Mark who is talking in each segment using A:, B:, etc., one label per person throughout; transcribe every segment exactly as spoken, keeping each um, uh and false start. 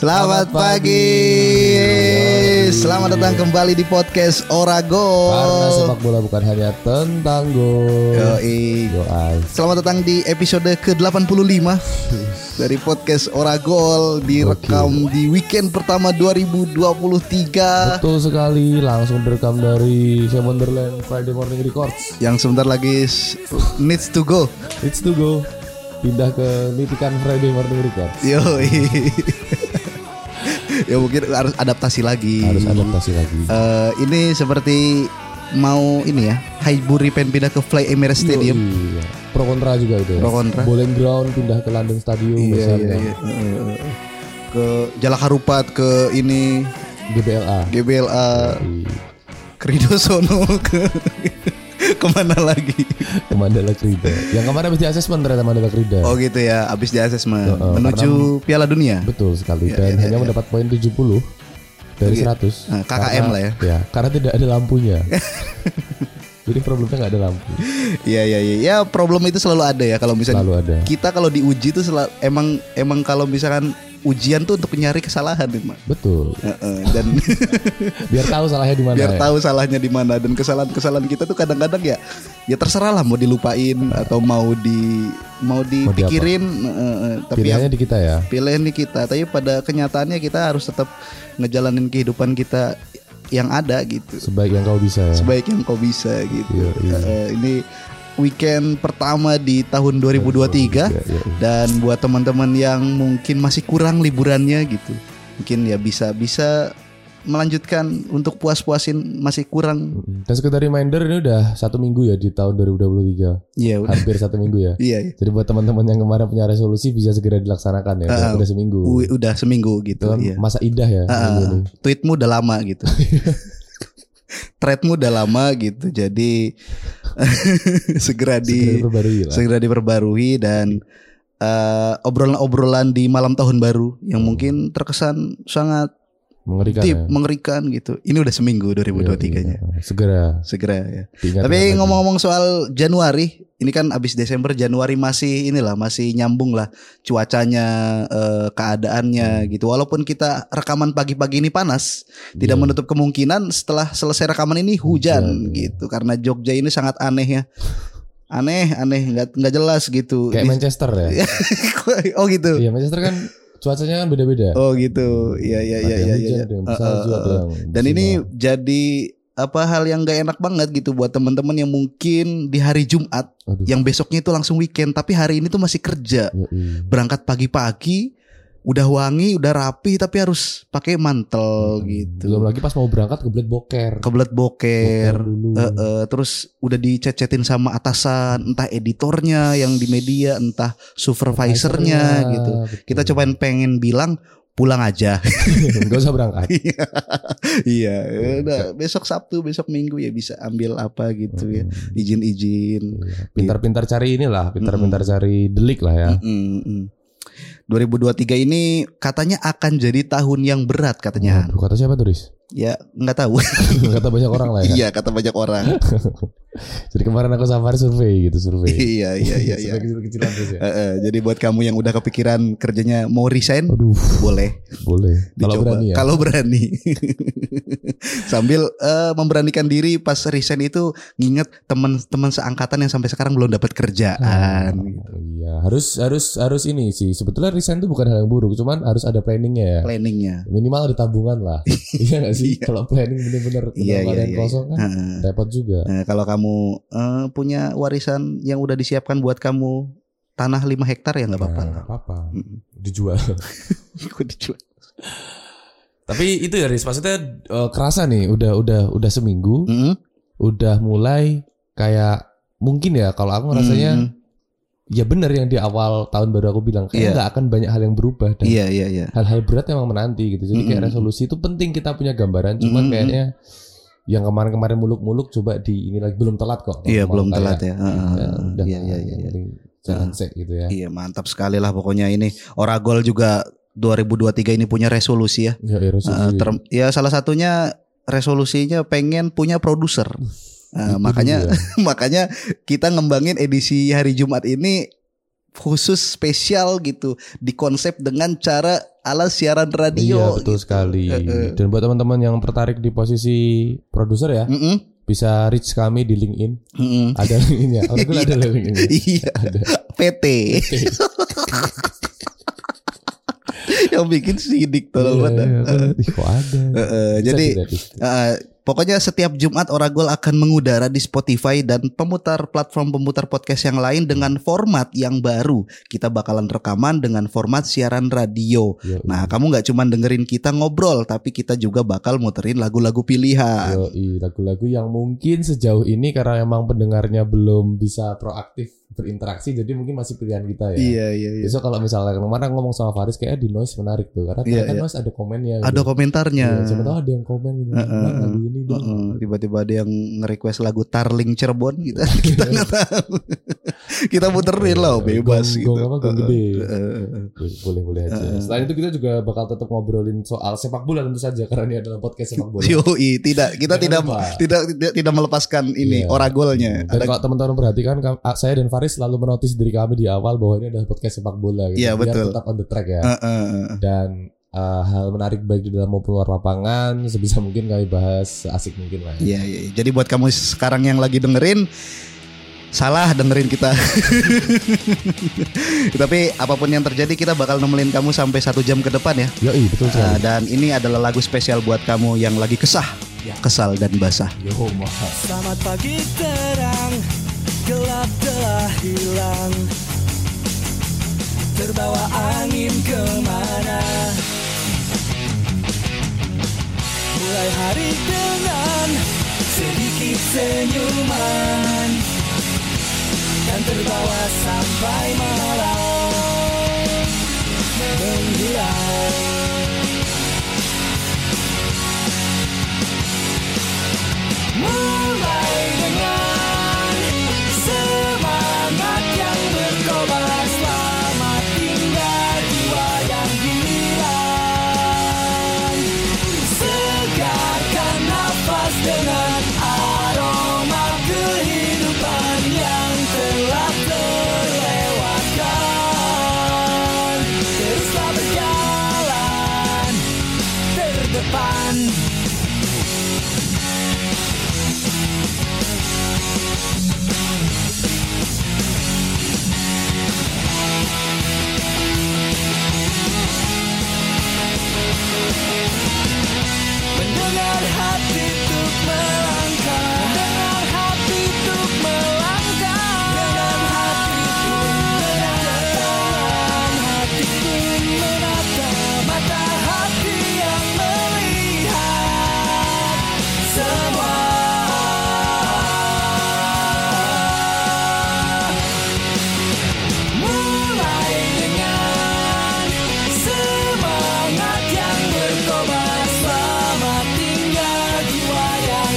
A: Selamat pagi. Selamat datang kembali di podcast Oragol.
B: Karena sepak bola bukan hanya tentang gol.
A: Yoi.
B: Yoi.
A: Selamat datang di episode ke delapan puluh lima dari podcast Oragol, direkam okay. di weekend pertama dua ribu dua puluh tiga.
B: Betul sekali, langsung direkam dari Wonderland Friday Morning Records.
A: Yang sebentar lagi needs to go.
B: Needs to go. Pindah ke Nitikan Friday Morning Records.
A: Yoi. Ya mungkin harus adaptasi lagi.
B: Harus adaptasi lagi.
A: Uh, ini seperti mau ini ya, Highbury pengen pindah ke Fly Emirates Stadium.
B: Yo, iya. Pro kontra juga itu. Ya.
A: Pro kontra.
B: Bowling Ground pindah ke London Stadium.
A: Iya, iya, iya. Uh, ke Jalak Harupat, ke ini
B: G B L A.
A: G B L A. Ke Ridho Sono, ke kemana lagi?
B: Ke Mandala Krida. Yang kemarin habis di asesmen ternyata Mandala Krida.
A: Oh gitu ya, habis di asesmen
B: uh, uh,
A: menuju Piala Dunia.
B: Betul sekali.
A: Ya,
B: dan
A: ya,
B: hanya
A: ya.
B: mendapat poin tujuh puluh dari seratus.
A: Nah, K K M
B: karena,
A: lah ya.
B: Ya, karena tidak ada lampunya. Jadi problemnya nggak ada lampu.
A: Iya iya iya. Ya problem itu selalu ada ya kalau misalnya.
B: Selalu ada.
A: Kita kalau diuji itu selalu, emang emang kalau misalkan ujian tuh untuk nyari kesalahan, Mak.
B: Betul.
A: Uh, uh, dan
B: biar tahu salahnya di mana.
A: Biar
B: ya?
A: tahu salahnya di mana, dan kesalahan-kesalahan kita tuh kadang-kadang ya ya terserah lah mau dilupain atau mau di mau dipikirin. Mau uh, uh, tapi
B: pilihannya di kita ya.
A: Pilihan di kita. Tapi pada kenyataannya kita harus tetap ngejalanin kehidupan kita yang ada gitu.
B: Sebaik yang kau bisa ya.
A: Sebaik yang kau bisa gitu.
B: Iya, iya.
A: Uh, ini weekend pertama di tahun dua ribu dua puluh tiga,
B: iya, iya.
A: Dan buat teman-teman yang mungkin masih kurang liburannya gitu, mungkin ya bisa bisa melanjutkan untuk puas-puasin masih kurang.
B: Dan sekedar reminder, ini udah satu minggu ya di tahun dua ribu dua puluh tiga.
A: Iya, udah.
B: Hampir satu minggu ya.
A: Iya, iya.
B: Jadi buat teman-teman yang kemarin punya resolusi bisa segera dilaksanakan ya. Uh, udah seminggu.
A: U- udah seminggu gitu.
B: Kan
A: iya.
B: Masa indah ya.
A: Uh, tweetmu udah lama gitu. Threadmu udah lama gitu. Jadi segera di
B: segera diperbarui lah.
A: Segera diperbarui dan uh, obrolan-obrolan di malam tahun baru yang hmm. mungkin terkesan sangat
B: mengerikan
A: deep,
B: ya.
A: mengerikan gitu. Ini udah seminggu dua ribu dua puluh tiga-nya.
B: Iya, iya. Segera.
A: Segera ya.
B: Diingat
A: Tapi ngomong-ngomong soal Januari, ini kan abis Desember, Januari masih inilah masih nyambung lah cuacanya, eh, keadaannya hmm. gitu. Walaupun kita rekaman pagi-pagi ini panas, yeah. tidak menutup kemungkinan setelah selesai rekaman ini hujan, hujan gitu. Yeah. Karena Jogja ini sangat aneh ya. Aneh, aneh, nggak nggak jelas gitu.
B: Kayak
A: Di,
B: Manchester ya.
A: Oh gitu.
B: Iya, Manchester kan cuacanya kan beda-beda.
A: Oh gitu. Iya iya iya iya ya.
B: uh, uh, uh.
A: Dan ini jadi apa hal yang gak enak banget gitu buat teman-teman yang mungkin di hari Jumat, Aduh. yang besoknya itu langsung weekend, tapi hari ini tuh masih kerja. Yoi. Berangkat pagi-pagi, udah wangi, udah rapi, tapi harus pakai mantel hmm. gitu.
B: Belum lagi pas mau berangkat kebelet boker.
A: Kebelet boker. boker uh, uh, terus udah dicecetin sama atasan, entah editornya yang di media, entah supervisornya gitu. Betul. Kita cobain pengen bilang pulang aja.
B: Gak usah berangkat.
A: Iya, udah besok Sabtu, besok Minggu ya bisa ambil apa gitu ya. Izin-izin.
B: Pintar-pintar cari inilah, pintar-pintar mm-hmm. cari delik lah ya.
A: Mm-hmm. dua ribu dua puluh tiga ini katanya akan jadi tahun yang berat katanya.
B: Oh, kata siapa tuh, Riz?
A: Ya nggak tahu.
B: Kata banyak orang lah ya.
A: Iya, kata banyak orang.
B: Jadi kemarin aku safari survei gitu survei.
A: Iya iya iya. iya.
B: Kecil-kecilan terus ya.
A: Uh, uh, jadi buat kamu yang udah kepikiran kerjanya mau resign,
B: Aduh,
A: boleh.
B: Boleh. Kalau berani ya.
A: Kalau berani. Sambil uh, memberanikan diri pas resign itu nginget teman-teman seangkatan yang sampai sekarang belum dapat kerjaan.
B: Ah, gitu. Iya, harus harus harus ini sih. Sebetulnya resign itu bukan hal yang buruk, cuman harus ada planningnya ya.
A: Planningnya.
B: Minimal ada tabungan lah. Iya nggak sih? Kalau planning bener-bener
A: iya, iya, iya,
B: kosong kan uh, repot juga.
A: Nah, kalau kamu uh, punya warisan yang udah disiapkan buat kamu tanah lima hektar ya nggak apa-apa.
B: Nggak apa-apa. Mm. Dijual.
A: Kok dijual?
B: Tapi itu ya, Riz, maksudnya uh, kerasa nih, udah udah udah seminggu,
A: mm-hmm.
B: udah mulai kayak mungkin ya kalau aku ngerasanya. Mm-hmm. Ya benar yang di awal tahun baru aku bilang kayaknya nggak yeah. akan banyak hal yang berubah dan
A: yeah, yeah, yeah.
B: hal-hal berat memang menanti gitu. Jadi mm-hmm. kayak resolusi itu penting kita punya gambaran. Cuman mm-hmm. kayaknya yang kemarin-kemarin muluk-muluk coba di ini lagi belum telat kok.
A: Iya yeah, belum telat ya.
B: Iya iya iya. Jangan sek gitu ya.
A: Iya mantap sekali lah pokoknya ini. Oragol juga dua ribu dua puluh tiga ini punya resolusi ya.
B: Ya, ya, resolusi.
A: Uh, ter- ya salah satunya resolusinya pengen punya produser. Uh, makanya makanya kita ngembangin edisi hari Jumat ini khusus spesial gitu, dikonsep dengan cara ala siaran radio.
B: Iya betul gitu. Sekali. Dan buat teman-teman yang tertarik di posisi produser ya, mm-mm. bisa reach kami di LinkedIn. Mm-mm. Ada LinkedIn-nya. Oracle ada LinkedIn-nya.
A: Iya. Ada. P T. Yang bikin sidik tolong banget.
B: Kok ada?
A: Uh, uh, jadi uh, pokoknya setiap Jumat Oragol akan mengudara di Spotify dan pemutar platform pemutar podcast yang lain dengan format yang baru. Kita bakalan rekaman dengan format siaran radio. Yo, nah, kamu nggak cuma dengerin kita ngobrol, tapi kita juga bakal muterin lagu-lagu pilihan.
B: Yo, lagu-lagu yang mungkin sejauh ini karena emang pendengarnya belum bisa proaktif berinteraksi, jadi mungkin masih pilihan kita ya.
A: Iya iya. iya.
B: Besok kalau misalnya kemarin ngomong sama Faris kayak di Noise menarik tuh, karena ternyata iya, iya. Noise ada komennya. Gitu.
A: Ada komentarnya.
B: Iya, siapa tahu ada yang komen gitu. Uh-uh. Nah, lagu ini dong. Uh-uh.
A: Tiba-tiba ada yang nge-request lagu Tarling Cirebon gitu. Kita nggak tahu. Kita muterin lah, bebas
B: gong,
A: gitu.
B: Gong apa gong gede.
A: Uh-uh.
B: Boleh-boleh aja. Uh-uh. Selain itu kita juga bakal tetap ngobrolin soal sepak bola tentu saja karena ini adalah podcast sepak bola.
A: Yoi, tidak kita tidak, tidak tidak tidak melepaskan ini yeah. Oragolnya.
B: Dan ada... kalau teman-teman perhatikan, saya dan Faris selalu menotis dari kami di awal bahwa ini adalah podcast sepak bola gitu.
A: Iya, betul.
B: Biar tetap on the track ya.
A: Uh, uh, uh.
B: Dan uh, hal menarik baik di dalam maupun luar lapangan sebisa mungkin kami bahas asik mungkin lah.
A: Iya, iya. Jadi buat kamu sekarang yang lagi dengerin, salah dengerin kita. Tapi apapun yang terjadi kita bakal nemenin kamu sampai satu jam ke depan ya.
B: Yoi, betul sekali.
A: Uh, dan ini adalah lagu spesial buat kamu yang lagi kesah, ya. Kesal dan basah.
B: Yo,
C: selamat pagi terang, gelap telah hilang, terbawa angin kemana. Mulai hari dengan sedikit senyuman, dan terbawa sampai malam menghilang. Mulai dengan semangat yang berkobar, selamat tinggal jiwa yang hilang. Segarkan nafas dengan aroma kehidupan yang telah terlewatkan. Teruslah berjalan terdepan. Mendengar hati untuk melangkah, mendengar hati untuk melangkah, dengan hati pun menatap, hati pun menatap, mata hati yang melihat semua. Mulai dengan semangat yang berkobar, selamat tinggal jiwa yang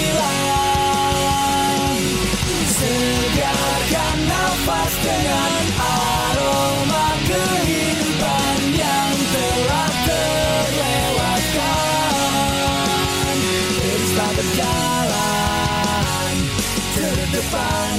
C: hilang. Segarkan nafas dengan aroma kehidupan yang telah terlewatkan. Teruslah berjalan terdepan.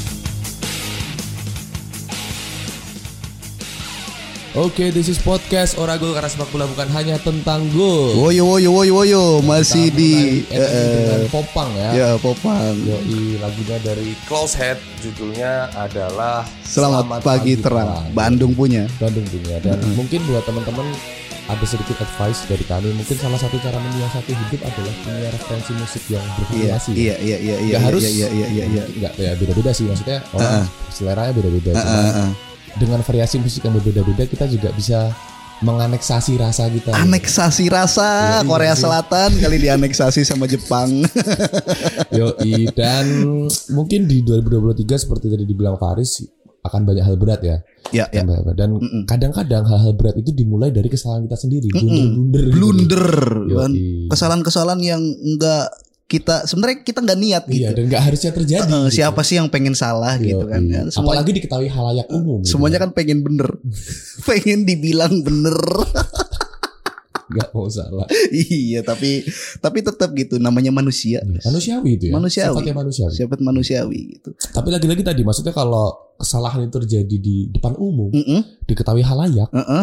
B: Oke, okay, this is podcast Oragol karena sepak bola bukan hanya tentang gol.
A: Woyo woyo woyo woyo masih di
B: uh, dengan Popang ya.
A: Ya, Popang.
B: Yoi, lagunya dari Close Head, judulnya adalah
A: Selamat, Selamat Pagi, Pagi Terang. Terang. Bandung punya.
B: Bandung punya. Dan uh-huh. mungkin buat teman-teman ada sedikit advice dari kami. Mungkin salah satu cara menyiasati hidup adalah punya referensi musik yang bervariasi.
A: Iya, iya, iya, iya.
B: Gak
A: iya,
B: harus.
A: Iya, iya, iya, iya.
B: Gak ya beda-beda sih maksudnya. Orang uh-uh. seleranya beda-beda.
A: Uh-uh.
B: Cuma
A: uh-uh.
B: dengan variasi musik yang berbeda-beda kita juga bisa menganeksasi rasa kita.
A: Aneksasi rasa ya, Korea iya, Selatan kali dianeksasi sama Jepang.
B: Yoi, dan mungkin di dua ribu dua puluh tiga seperti tadi dibilang Faris akan banyak hal berat ya.
A: Ya, ya.
B: Dan Mm-mm. kadang-kadang hal-hal berat itu dimulai dari kesalahan kita sendiri, blunder-blunder.
A: Blunder, gitu. Kesalahan-kesalahan yang enggak kita sebenarnya kita nggak niat gitu.
B: Iya, dan nggak harusnya terjadi.
A: Uh,
B: gitu.
A: Siapa sih yang pengen salah
B: Yo,
A: gitu kan?
B: Iya. Semua, apalagi diketahui halayak umum.
A: Semuanya
B: gitu.
A: Kan pengen bener, pengen dibilang bener.
B: Gak mau salah.
A: Iya, tapi tapi tetap gitu. Namanya manusia.
B: Manusiawi itu ya.
A: Manusiawi.
B: Sifatnya manusiawi.
A: Sifat manusiawi gitu.
B: Tapi lagi-lagi tadi maksudnya kalau kesalahan itu terjadi di depan umum,
A: Mm-mm.
B: diketahui halayak.
A: Uh-uh.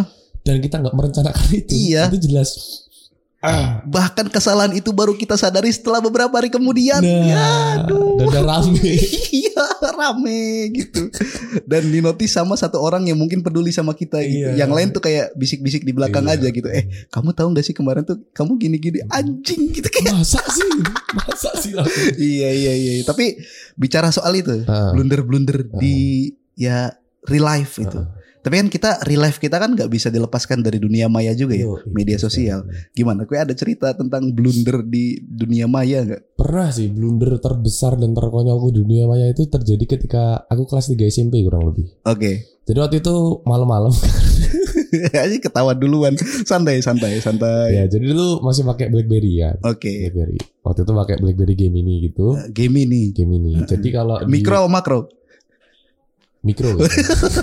B: dan kita nggak merencanakan itu,
A: Iya.
B: itu jelas. Ah.
A: Bahkan kesalahan itu baru kita sadari setelah beberapa hari kemudian.
B: Nah,
A: Ya, aduh.
B: dan udah rame.
A: Iya, rame gitu. Dan dinotis sama satu orang yang mungkin peduli sama kita gitu.
B: Iya.
A: Yang lain tuh kayak bisik-bisik di belakang
B: Iya.
A: aja gitu. Eh, kamu tahu gak sih kemarin tuh kamu gini-gini anjing gitu kayak.
B: Masa sih? Masa sih aku?
A: Iya, iya, iya. Tapi bicara soal itu,
B: Ah.
A: blunder-blunder
B: Ah.
A: di ya real life itu.
B: Ah.
A: Tapi kan kita real life kita kan nggak bisa dilepaskan dari dunia maya juga ya,
B: Yo,
A: media
B: iya,
A: sosial.
B: iya.
A: Gimana? Kue ada cerita tentang blunder di dunia maya nggak?
B: Pernah sih blunder terbesar dan terkonyolku di dunia maya itu terjadi ketika aku kelas tiga S M P kurang lebih.
A: Oke.
B: Jadi waktu itu malam-malam.
A: Ini ketawa duluan. Santai, santai, santai.
B: Ya, jadi dulu masih pakai BlackBerry ya.
A: Oke.
B: BlackBerry. Waktu itu pakai BlackBerry Gemini gitu.
A: Game ini.
B: Gemini. Jadi kalau di-
A: Mikro makro?
B: mikro. Gitu.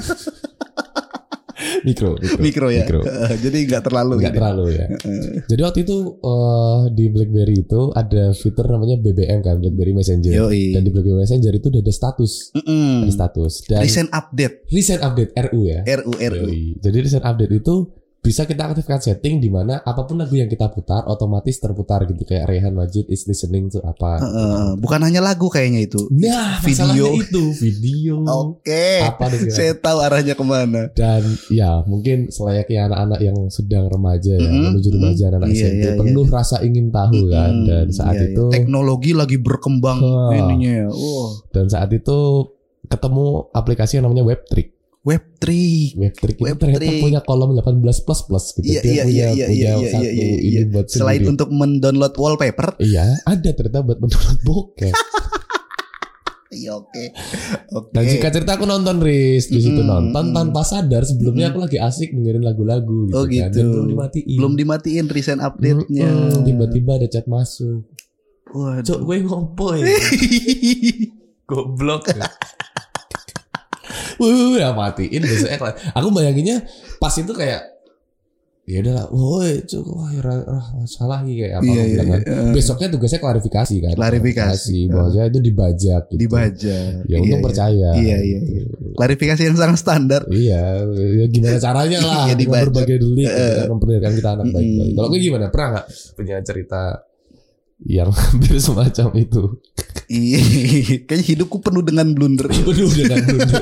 B: mikro, mikro.
A: Mikro ya.
B: Mikro.
A: Jadi nggak terlalu.
B: Enggak
A: gitu.
B: terlalu ya. Jadi waktu itu eh, di BlackBerry itu ada fitur namanya B B M kan, BlackBerry Messenger.
A: Yoi.
B: Dan di BlackBerry Messenger itu udah ada status,
A: Mm-mm.
B: ada status. Dan
A: Recent update.
B: recent update R U ya.
A: R U R U.
B: Yoi. Jadi recent update itu bisa kita aktifkan setting di mana apapun lagu yang kita putar otomatis terputar gitu, kayak Rehan Majid is listening to apa.
A: Heeh. Bukan hanya lagu kayaknya itu.
B: Nah,
A: Video.
B: masalahnya itu video.
A: Oke.
B: Apa dan segala-
A: Saya tahu arahnya kemana.
B: Dan ya mungkin selayaknya anak-anak yang sedang remaja ya,
A: Mm-mm,
B: menuju remaja
A: mm-mm.
B: anak
A: Iya,
B: S M P
A: iya,
B: penuh rasa ingin tahu kan.
A: Mm-mm.
B: Dan saat
A: Iya, iya.
B: itu
A: teknologi lagi berkembang
B: Wah.
A: ininya ya. Wow.
B: dan saat itu ketemu aplikasi yang namanya Webtrick.
A: Webtrick.
B: Webtrick itu
A: Webtrick.
B: ternyata punya kolom delapan belas plus plus gitu.
A: Iya,
B: Dia
A: iya,
B: punya,
A: iya, iya,
B: punya
A: iya,
B: satu
A: iya, iya,
B: ini
A: iya.
B: buat
A: Selain
B: sendiri.
A: untuk mendownload wallpaper.
B: Iya, ada ternyata buat mendownload bokep.
A: Iya, oke. Oke.
B: Dan jika cerita aku nonton Riz di situ
A: Mm,
B: nonton
A: mm.
B: tanpa sadar sebelumnya
A: Mm.
B: aku lagi asik dengerin lagu-lagu gitu,
A: Oh
B: kan.
A: gitu.
B: Dan belum dimatiin.
A: Belum dimatiin recent update-nya.
B: Mm-mm, tiba-tiba ada chat masuk.
A: Waduh.
B: Cok gue ngopo ya. Goblok. Wuh, ya matiin besoknya kelar. Aku bayanginnya pas itu kayak ya udah lah, woi cok, wah ra- ra- salah lagi kayak apa
A: Iya,
B: aku
A: iya,
B: bilang kan.
A: iya.
B: Besoknya tugasnya klarifikasi kan.
A: Klarifikasi.
B: Bahwasanya itu dibajak gitu.
A: Dibajak.
B: Ya
A: Iya,
B: untung
A: iya.
B: percaya.
A: Iya, iya,
B: gitu.
A: iya. Klarifikasi yang sangat standar.
B: Iya, ya gimana caranya lah
A: Iya,
B: dengan
A: dibajak.
B: berbagai delik gitu kan, memperlihatkan kita anak baik-baik.
A: Mm-mm.
B: Kalau gue gimana? Pernah nggak punya cerita yang hampir semacam itu?
A: Iya. Kayaknya hidupku penuh dengan blunder.
B: Penuh dengan blunder.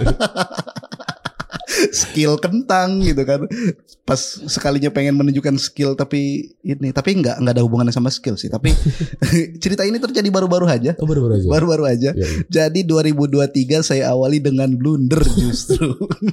A: Skill kentang gitu kan. Pas sekalinya pengen menunjukkan skill tapi ini tapi nggak nggak ada hubungannya sama skill sih. Tapi cerita ini terjadi baru-baru aja.
B: Oh baru-baru aja.
A: Baru-baru aja.
B: Ya, ya.
A: Jadi dua ribu dua puluh tiga saya awali dengan blunder justru.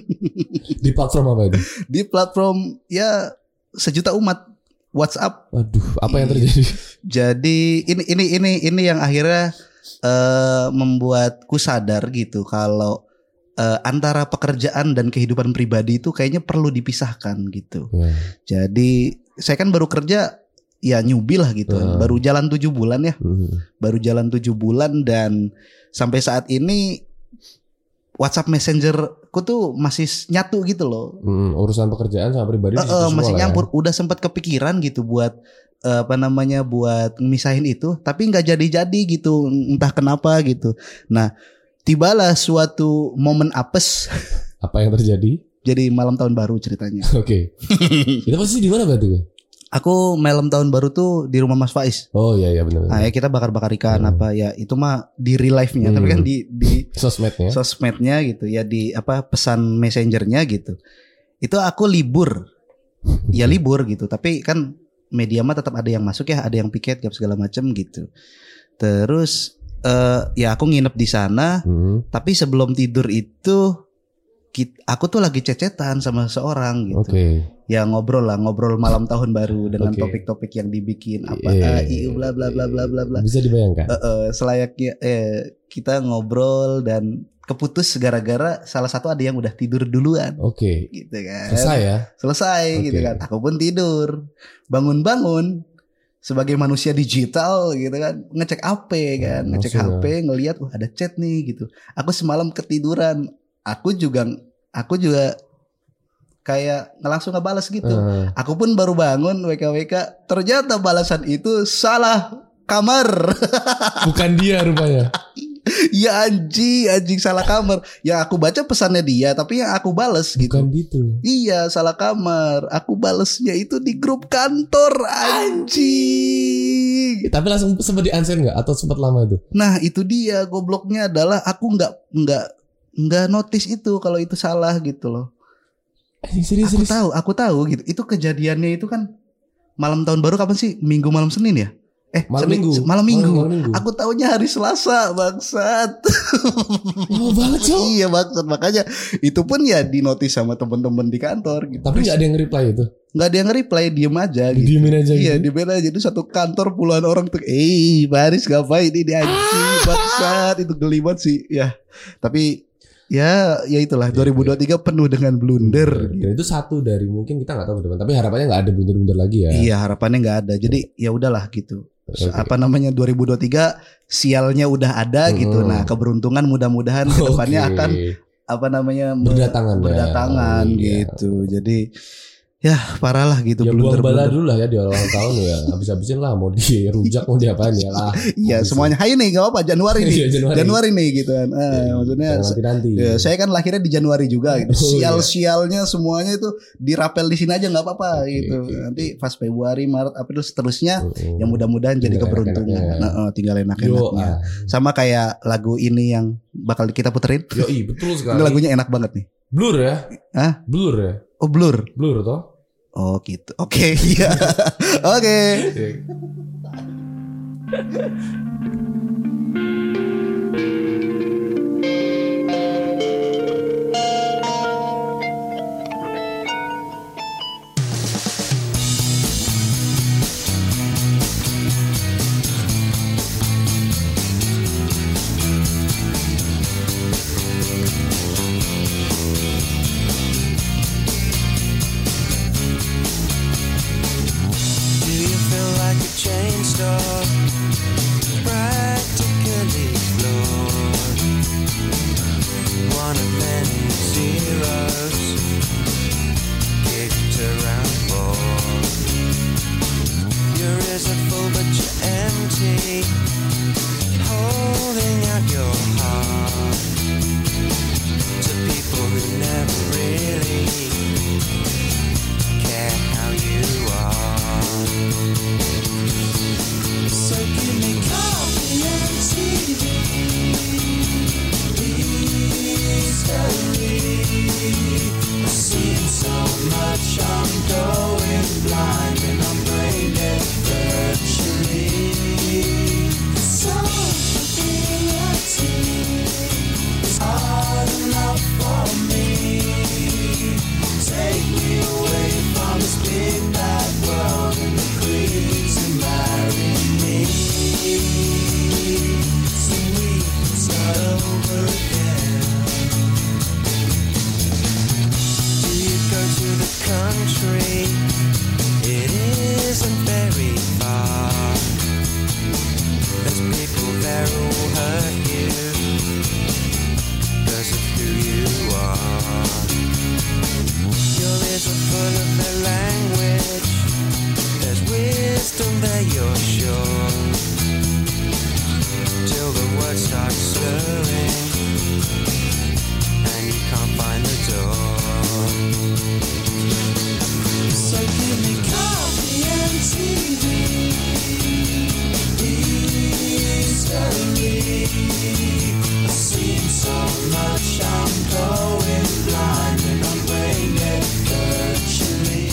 B: Di platform apa itu?
A: Di platform ya sejuta umat WhatsApp.
B: Waduh, apa yang terjadi?
A: Jadi ini ini ini ini yang akhirnya eh, membuatku sadar gitu kalau eh, antara pekerjaan dan kehidupan pribadi itu kayaknya perlu dipisahkan gitu.
B: Ya.
A: Jadi saya kan baru kerja ya newbie lah gitu.
B: Hmm.
A: Baru jalan tujuh bulan ya.
B: Hmm.
A: Baru jalan tujuh bulan dan sampai saat ini WhatsApp Messengerku tuh masih nyatu gitu loh.
B: Hmm, urusan pekerjaan sama pribadi
A: Eh,
B: di situ
A: eh,
B: semua
A: masih
B: lah ya.
A: nyampur. Udah sempat kepikiran gitu buat eh, apa namanya buat misahin itu, tapi nggak jadi-jadi gitu, entah kenapa gitu. Nah, tibalah suatu momen apes.
B: Apa yang terjadi?
A: Jadi malam tahun baru ceritanya.
B: Oke. Itu pasti di mana berarti?
A: Aku malam tahun baru tuh di rumah Mas Faiz.
B: Oh iya iya benar.
A: Nah, ya kita bakar-bakar ikan
B: Hmm.
A: apa ya itu mah di real life-nya, tapi kan
B: Hmm.
A: di di
B: Sosmednya.
A: sosmednya gitu ya, di apa pesan messengernya gitu. Itu aku libur. Ya libur gitu, tapi kan media mah tetap ada yang masuk ya, ada yang piket gap segala macam gitu. Terus eh, ya aku nginep di sana,
B: Hmm.
A: tapi sebelum tidur itu kit- aku tuh lagi cecetan sama seseorang gitu.
B: Oke.
A: Ya ngobrol lah, ngobrol malam tahun baru dengan
B: Oke.
A: topik-topik yang dibikin apa
B: Iya,
A: A I U bla bla bla bla bla bla.
B: Bisa dibayangkan.
A: Eh, eh, selayaknya eh, kita ngobrol dan keputus gara-gara salah satu ada yang udah tidur duluan
B: Oke.
A: gitu kan.
B: Selesai ya.
A: Selesai
B: Oke.
A: gitu kan. Aku pun tidur. Bangun-bangun sebagai manusia digital gitu kan, ngecek H P kan,
B: Hmm,
A: ngecek
B: langsung
A: H P, ngelihat wah ada chat nih gitu. Aku semalam ketiduran. Aku juga aku juga kayak langsung ngebales gitu.
B: Eh,
A: Aku pun baru bangun W K W K, ternyata balasan itu salah kamar.
B: bukan dia rupanya.
A: Ya anjing, anjing salah kamar. Yang aku baca pesannya dia, tapi yang aku bales gitu.
B: Bukan gitu.
A: Iya, salah kamar. Aku balesnya itu di grup kantor, anjing.
B: Tapi langsung sempat di-unsend enggak atau sempat lama itu?
A: Nah, itu dia gobloknya adalah aku nggak nggak nggak notice itu kalau itu salah gitu loh.
B: Serius,
A: Aku
B: serius.
A: tahu, aku tahu gitu. Itu kejadiannya itu kan malam tahun baru kapan sih? Minggu malam Senin ya? Eh,
B: Malam
A: Senin-
B: minggu.
A: Malam minggu.
B: Malam- malam minggu.
A: Aku taunya hari Selasa, bangsat.
B: Lama banget, Cok.
A: Iya, bangsat. Makanya itu pun ya di notice sama teman-teman di kantor gitu.
B: Tapi enggak ada yang reply itu.
A: Nggak ada yang nge-reply, diem aja gitu.
B: Diemin aja
A: Iya,
B: gitu.
A: diemin aja. Itu satu kantor puluhan orang tuh. Eh, Baris ngapain ini anjing, bangsat. Itu geli banget sih. Ya, tapi ya ya itulah dua ribu dua puluh tiga penuh dengan blunder.
B: Dan itu satu dari mungkin kita nggak tahu ke depan. Tapi harapannya nggak ada blunder-blunder lagi ya.
A: Iya, harapannya nggak ada. Jadi ya udahlah gitu.
B: Oke.
A: Apa namanya dua ribu dua puluh tiga sialnya udah ada gitu.
B: Hmm.
A: Nah, keberuntungan mudah-mudahan ke depannya
B: Oke.
A: akan apa namanya me-
B: Berdatangan ya.
A: berdatangan
B: Oh, iya.
A: gitu. Jadi ya parah lah gitu
B: Ya buang bala
A: blunder-blunder.
B: dulu lah ya di awal tahun ya. Habis-habisin lah mau dirujak mau diapain ya lah.
A: Iya, semuanya hai nih gak apa Januari nih.
B: Iya, Januari.
A: Januari nih gitu kan. Ah, maksudnya
B: nanti-nanti.
A: ya, saya kan lahirnya di Januari juga gitu.
B: Oh, iya.
A: Sial-sialnya semuanya itu dirapel di sini aja nggak apa-apa
B: Oke,
A: gitu.
B: oke,
A: Nanti pas Februari, Maret, April seterusnya
B: Mm-mm.
A: yang mudah-mudahan jadi
B: Tinggal
A: keberuntungan.
B: enak-enaknya.
A: Nah, eh, tinggal
B: Yo,
A: enak-enaknya.
B: ah.
A: Sama kayak lagu ini yang bakal kita puterin.
B: Yoi, betul sekali.
A: Ini lagunya enak banget nih.
B: Blur ya?
A: Hah?
B: Blur ya?
A: Oh, Blur.
B: Blur toh?
A: Oh, gitu. Oke, iya. Oke.
C: Do you feel like a chain store? Practically floored. One of many zeros kicked around board. Your ears are full but you're empty. Holding out your heart to people who never really care how you are. So give me coffee and T V. History. I've seen so much, I'm going blind and I'm brain dead virtually. So much ability is hard enough for me. Take me away from this big bad world and the creed to marry me. So we can start over again. Do you go to the country? It isn't very far. There's people there who'll hurt you because of who you are. Your ears are full of their language. There's wisdom there, you're sure. Till the words start slurring and you can't find the door. So give me coffee and T V. History. I've seen so much, I'm going blind and I'm brain dead virtually.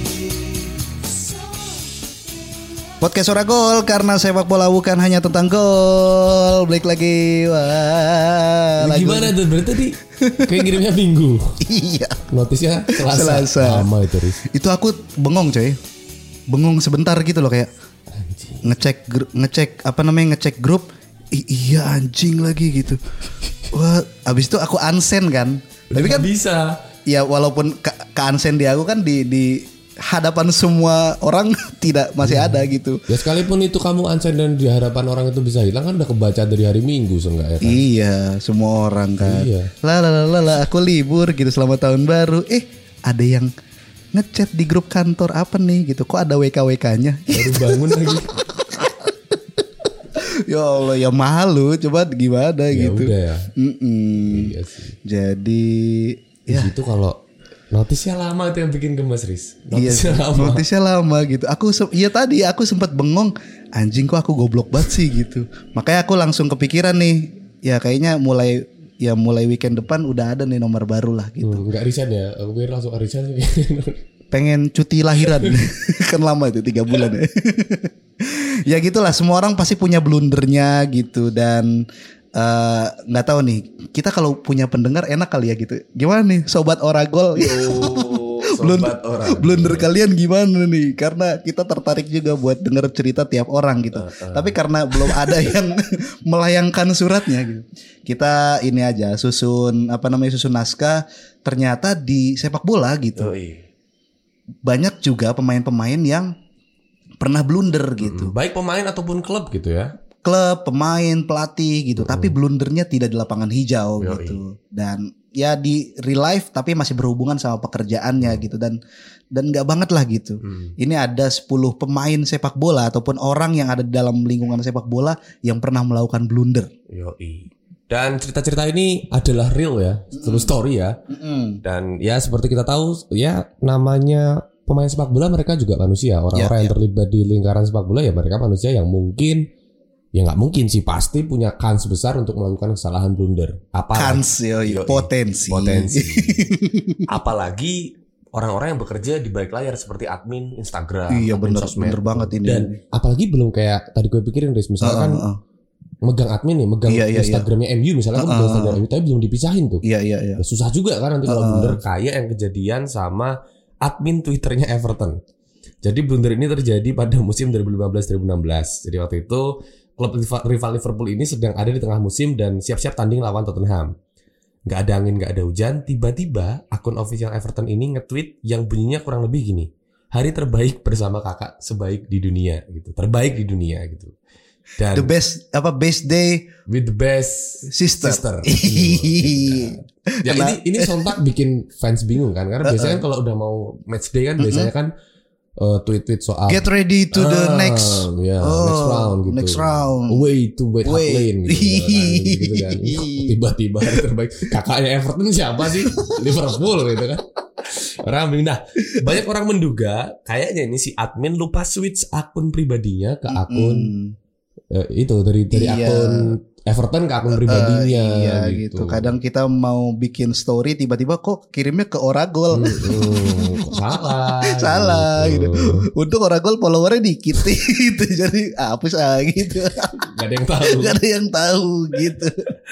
A: Podcast Ora Gol karena sepak bola bukan hanya tentang gol. Balik lagi. Wah. lagu-
B: Gimana tuh? Berarti tadi kayak ngirimnya minggu.
A: Iya.
B: Notisnya Selasa.
A: Selasa.
B: Lama itu, Riz.
A: Itu aku bengong coy. Bengong sebentar gitu loh kayak ngecek gru- ngecek apa namanya ngecek grup. I- iya anjing lagi gitu. Wah, abis itu aku unsend kan. Tapi kan
B: bisa.
A: ya walaupun ke, ke unsend di aku kan di di hadapan semua orang tidak masih ada gitu.
B: Ya sekalipun itu kamu unsend dan di hadapan orang itu bisa hilang kan udah kebaca dari hari Minggu seenggaknya kan.
A: Iya, semua orang kan.
B: Iya.
A: Lah lah lah lah, aku libur gitu selamat tahun baru. Eh, ada yang ngechat di grup kantor apa nih gitu. Kok ada W K W K-nya?
B: Baru bangun lagi.
A: Ya Allah, ya malu. Coba gimana
B: Ya
A: gitu.
B: udah ya.
A: Mm-mm.
B: Iya sih.
A: Jadi ya
B: Itu kalau notisnya lama itu yang bikin gemes, Riz.
A: iya,
B: Notisnya lama.
A: notisnya lama gitu. Aku se- iya tadi aku sempat bengong, anjing kok aku goblok banget sih gitu. Makanya aku langsung kepikiran nih, ya kayaknya mulai ya mulai weekend depan udah ada nih nomor baru lah gitu.
B: Hmm, enggak resign ya. Aku kira langsung resign.
A: Pengen cuti lahiran. Kan lama itu tiga bulan ya. Ya gitulah, semua orang pasti punya blundernya gitu. Dan eh, nggak tahu nih, kita kalau punya pendengar enak kali ya gitu. Gimana nih sobat Oragol?
B: Oh,
A: Blunder,
B: sobat orang.
A: blunder kalian gimana nih? Karena kita tertarik juga buat denger cerita tiap orang gitu.
B: Uh, uh.
A: Tapi karena belum ada yang melayangkan suratnya gitu. Kita ini aja susun apa namanya susun naskah. Ternyata di sepak bola gitu.
B: Oh, iya.
A: Banyak juga pemain-pemain yang pernah blunder gitu.
B: Baik pemain ataupun klub gitu ya.
A: Klub, pemain, pelatih gitu. Tapi blundernya tidak di lapangan hijau
B: Yoi.
A: gitu. Dan ya di real life tapi masih berhubungan sama pekerjaannya gitu. Dan dan nggak banget lah gitu.
B: Hmm.
A: Ini ada sepuluh pemain sepak bola ataupun orang yang ada di dalam lingkungan sepak bola yang pernah melakukan blunder.
B: Yoi. Dan cerita-cerita ini adalah real ya, true story ya.
A: Mm-mm.
B: Dan ya seperti kita tahu ya namanya pemain sepak bola mereka juga manusia. Orang-orang
A: Ya,
B: yang
A: ya.
B: terlibat di lingkaran sepak bola ya mereka manusia yang mungkin ya nggak mungkin sih pasti punya kans besar untuk melakukan kesalahan blunder. Apalagi
A: Kans yoi,
B: Yoi.
A: potensi.
B: potensi. Apalagi orang-orang yang bekerja di balik layar seperti admin Instagram,
A: Iya
B: admin
A: bener,
B: sosmed.
A: bener banget ini.
B: Dan apalagi belum kayak tadi gue pikirin Riz, misalkan
A: Uh, uh, uh.
B: megang admin nih, megang
A: Iya, iya,
B: Instagramnya M U misalnya, kan
A: Uh, uh,
B: megang
A: uh.
B: Instagram M U tapi belum dipisahin tuh.
A: Iya iya iya.
B: Ya, susah juga kan nanti kalau
A: Uh, uh.
B: blunder kayak yang kejadian sama admin Twitternya Everton. Jadi blunder ini terjadi pada musim dua ribu lima belas dua ribu enam belas. Jadi waktu itu klub rival Liverpool ini sedang ada di tengah musim dan siap-siap tanding lawan Tottenham. Gak ada angin, gak ada hujan. Tiba-tiba akun official Everton ini nge-tweet yang bunyinya kurang lebih gini: hari terbaik bersama kakak sebaik di dunia gitu. Terbaik di dunia gitu. Dan
A: The best apa best day
B: with the best
A: sister.
B: sister.
A: Iya.
B: Ya
A: Kena-
B: ini ini sontak bikin fans bingung kan, karena biasanya kan kalau udah mau match day kan biasanya kan uh, tweet-tweet soal
A: Get ready to the
B: Ah,
A: next
B: ya,
A: oh,
B: next round gitu.
A: next round.
B: Away to White Hart
A: Wait.
B: Lane gitu, kan, gitu kan. Tiba-tiba hari terbaik kakaknya Everton siapa sih? Liverpool gitu kan. Orang bingung. Nah, banyak orang menduga kayaknya ini si admin lupa switch akun pribadinya ke akun
A: Mm.
B: eh, itu dari dari
A: Iya.
B: akun Everton ke akun pribadinya
A: Eh, iya
B: gitu.
A: gitu. Kadang kita mau bikin story tiba-tiba kok kirimnya ke Oragol.
B: Hmm, kok salah.
A: Salah gitu. Untuk Oragol followernya dikit gitu. Jadi hapus ah gitu.
B: Gak ada yang tahu.
A: Gak ada yang tahu gitu.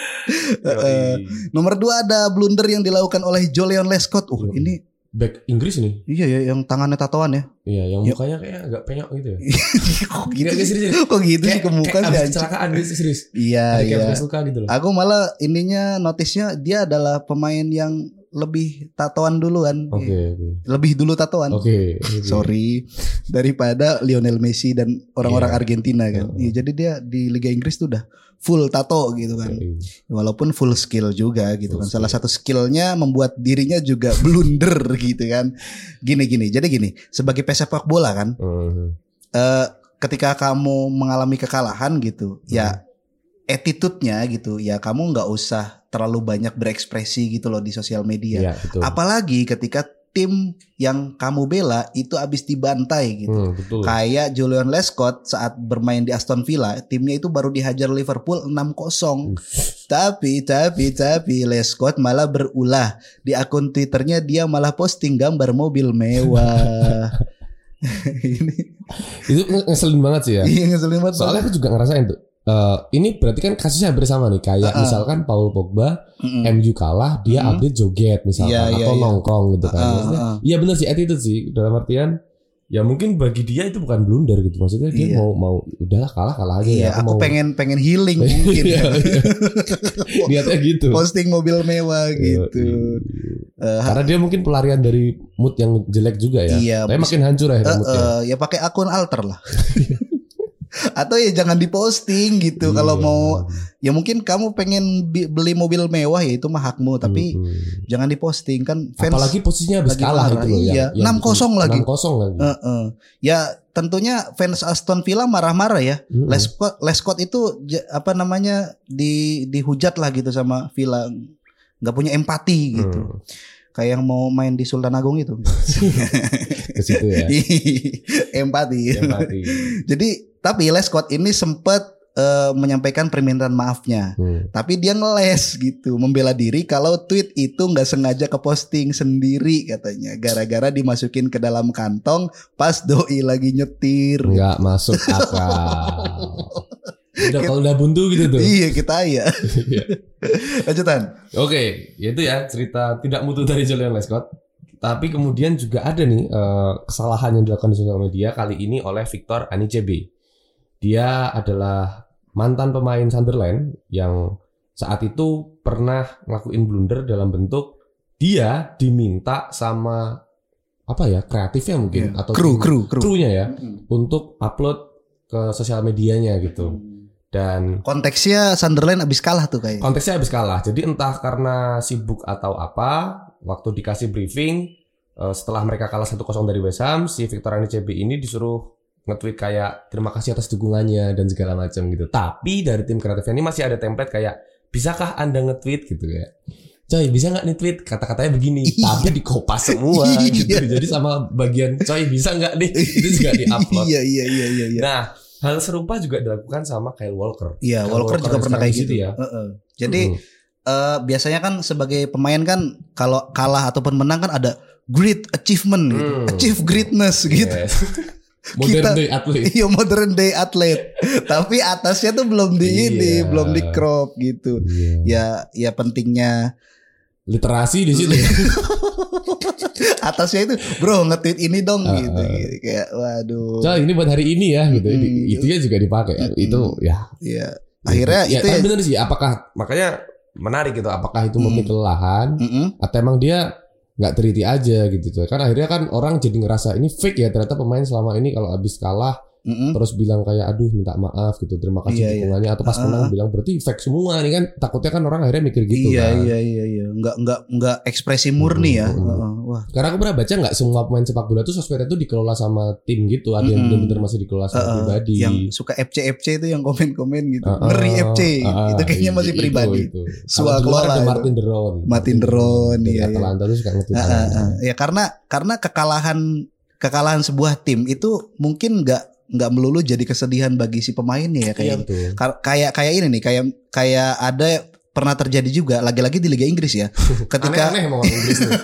A: Eh, nomor dua ada blunder yang dilakukan oleh Julian Lescott. Uh,
B: Yoi.
A: ini
B: Back Inggris nih.
A: iya ya yang tangannya tatoan ya.
B: Iya, yang
A: Yuk.
B: mukanya kayak agak penyok gitu ya.
A: Kok gitu
B: Nggak,
A: sih?
B: serius.
A: Kok gitu sih
B: Kayak-
A: ke muka
B: kayak
A: sih
B: abis
A: anjing?
B: kecelakaan gitu serius.
A: Iya
B: Ada
A: iya.
B: kayak suka gitu loh.
A: Aku malah ininya notisnya dia adalah pemain yang lebih tatoan duluan.
B: Oke, oke.
A: Lebih dulu tatoan.
B: Oke. oke.
A: Sorry, daripada Lionel Messi dan orang-orang
B: Iya.
A: Argentina kan.
B: Heeh.
A: Iya, jadi dia di Liga Inggris tuh udah full tato gitu kan.
B: Oke.
A: Walaupun full skill juga gitu
B: Full
A: kan. Salah
B: skill.
A: satu skillnya membuat dirinya juga blunder gitu kan. Gini-gini. Jadi gini, sebagai pesepak bola kan,
B: Mhm.
A: eh, ketika kamu mengalami kekalahan gitu, ya attitude-nya gitu, ya kamu nggak usah terlalu banyak berekspresi gitu loh di sosial media.
B: Iya, betul.
A: Apalagi ketika tim yang kamu bela itu habis dibantai gitu.
B: Hmm, betul.
A: Kayak Julian Lescott saat bermain di Aston Villa, timnya itu baru dihajar Liverpool enam kosong. Tapi tapi tapi Lescott malah berulah di akun Twitternya, dia malah posting gambar mobil mewah. Ini
B: Itu ngeselin banget sih ya.
A: iya ngeselin banget.
B: Soalnya aku juga ngerasain tuh. Eh, ini berarti kan kasusnya hampir sama nih. Kayak
A: Uh-uh.
B: misalkan Paul Pogba
A: Mm-mm.
B: M U kalah, dia
A: Mm.
B: update joget misalkan
A: Iya, iya,
B: atau
A: iya.
B: nongkrong gitu kan.
A: Uh-uh,
B: Maksudnya,
A: uh-uh.
B: iya benar sih attitude sih dalam artian ya mungkin bagi dia itu bukan blunder gitu. Maksudnya dia
A: Iya.
B: mau mau udahlah kalah kalah aja
A: Iya,
B: ya.
A: aku
B: mau
A: pengen pengen healing mungkin.
B: Iya,
A: ya.
B: iya. Niatnya gitu.
A: Posting mobil mewah gitu.
B: Iya.
A: Eh,
B: Karena dia mungkin pelarian dari mood yang jelek juga ya.
A: Iya,
B: Tapi
A: bis-
B: makin hancur
A: Eh,
B: akhirnya moodnya.
A: eh, ya pakai akun alter lah. Atau ya jangan diposting gitu.
B: Iya.
A: Kalau mau ya mungkin kamu pengen bi- beli mobil mewah ya itu mah hakmu, tapi
B: Mm-mm.
A: jangan diposting kan fans.
B: Apalagi posisinya habis
A: lagi
B: kalah
A: marah.
B: itu loh.
A: Iya,
B: yang- yang
A: enam kosong
B: bikin-
A: lagi.
B: enam kosong lagi.
A: Heeh. Ya tentunya fans Aston Villa marah-marah ya.
B: Mm-mm.
A: Lescott Lescott itu j- apa namanya di dihujat lah gitu sama Villa, nggak punya empati gitu.
B: Hmm.
A: Kayak yang mau main di Sultan Agung itu.
B: Ke situ ya.
A: empati.
B: Empati.
A: Jadi tapi Lescott ini sempat eh, menyampaikan permintaan maafnya.
B: Hmm.
A: Tapi dia ngeles gitu, membela diri kalau tweet itu nggak sengaja keposting sendiri katanya, gara-gara dimasukin ke dalam kantong pas doi lagi nyetir.
B: Nggak masuk akal. Udah kalau udah buntu gitu tuh.
A: Iya kita ya. Lanjutan.
B: Oke, itu ya cerita tidak mutu dari Julian Lescott. Tapi kemudian juga ada nih eh, kesalahan yang dilakukan di sosial media kali ini oleh Victor Anichebe. Dia adalah mantan pemain Sunderland yang saat itu pernah ngelakuin blunder dalam bentuk dia diminta sama apa ya kreatifnya mungkin
A: Iya.
B: atau
A: Kru,
B: tim-
A: kru, kru.
B: krunya ya untuk upload ke sosial medianya gitu. Dan
A: Konteksnya Sunderland abis kalah tuh kayak.
B: konteksnya habis kalah. Jadi entah karena sibuk atau apa, waktu dikasih briefing eh, setelah mereka kalah satu kosong dari West Ham, si Victor Anichebe ini disuruh nge-tweet kayak terima kasih atas dukungannya dan segala macam gitu. Tapi dari tim kreatifnya ini masih ada template kayak bisakah Anda nge-tweet gitu kayak. Coy, bisa nggak nih-tweet kata-katanya begini,
A: Iya.
B: tapi dikopas semua gitu.
A: Iya.
B: Jadi sama bagian coy bisa nggak nih itu juga di-upload.
A: Iya iya iya iya iya.
B: Nah, hal serupa juga dilakukan sama Kyle Walker.
A: Iya,
B: Kyle
A: Walker juga
B: yang
A: pernah
B: sekarang
A: kayak
B: di
A: gitu
B: City ya.
A: Heeh. Jadi
B: Mm.
A: eh, biasanya kan sebagai pemain kan kalau kalah ataupun menang kan ada great achievement gitu.
B: Hmm.
A: Achieve greatness gitu.
B: Yes. Modern
A: Kita-
B: day athlete.
A: Iya modern day athlete. Tapi atasnya tuh belum di ini,
B: Iya.
A: belum di crop gitu.
B: Iya.
A: Ya ya pentingnya
B: Literasi di situ.
A: atasnya itu bro nge-tweet ini dong
B: Uh,
A: gitu,
B: uh.
A: gitu. Kayak waduh.
B: Coy, ini buat hari ini ya gitu.
A: Mm-mm.
B: Di- Itu ya juga dipakai.
A: Mm-mm.
B: Itu ya.
A: Iya. Akhirnya
B: ya,
A: itu
B: tapi
A: ya.
B: bener sih. Apakah makanya menarik gitu? Apakah itu murni
A: Mm.
B: kelelahan
A: Mm-mm.
B: atau emang dia nggak teliti aja gitu coy? Kan akhirnya kan orang jadi ngerasa ini fake ya. Ternyata pemain selama ini kalau habis kalah
A: Mm-mm.
B: terus bilang kayak aduh minta maaf gitu, terima kasih
A: Iya, iya.
B: dukungannya, atau pas
A: Ah.
B: menang bilang berarti fake semua nih kan. Takutnya kan orang akhirnya mikir gitu
A: Iya
B: kan.
A: iya iya iya. Enggak enggak enggak ekspresi murni ya.
B: Mm-mm.
A: Heeh. Wah.
B: Karena aku pernah baca nggak semua pemain sepak bola tuh sosmednya tuh dikelola sama tim gitu. Ada yang
A: Mm-mm.
B: benar-benar masih dikelola sama
A: Heeh.
B: pribadi.
A: Yang suka F C F C itu yang komen-komen gitu.
B: Heeh,
A: Ngeri F C.
B: heeh,
A: itu kayaknya masih
B: itu,
A: pribadi.
B: itu.
A: Suah
B: Kalau di luar
A: kelola
B: ada
A: itu.
B: Martin Deron.
A: Martin Deron,
B: dari
A: iya, iya.
B: Atalanta tuh suka nge-tweet.
A: Heeh, heeh. Ya karena karena kekalahan kekalahan sebuah tim itu mungkin nggak nggak melulu jadi kesedihan bagi si pemainnya ya
B: Iya
A: kayak
B: betul.
A: Ka- kayak kayak ini nih kayak kayak ada pernah terjadi juga lagi-lagi di Liga Inggris ya ketika
B: Aneh-aneh emang orang Inggris tuh.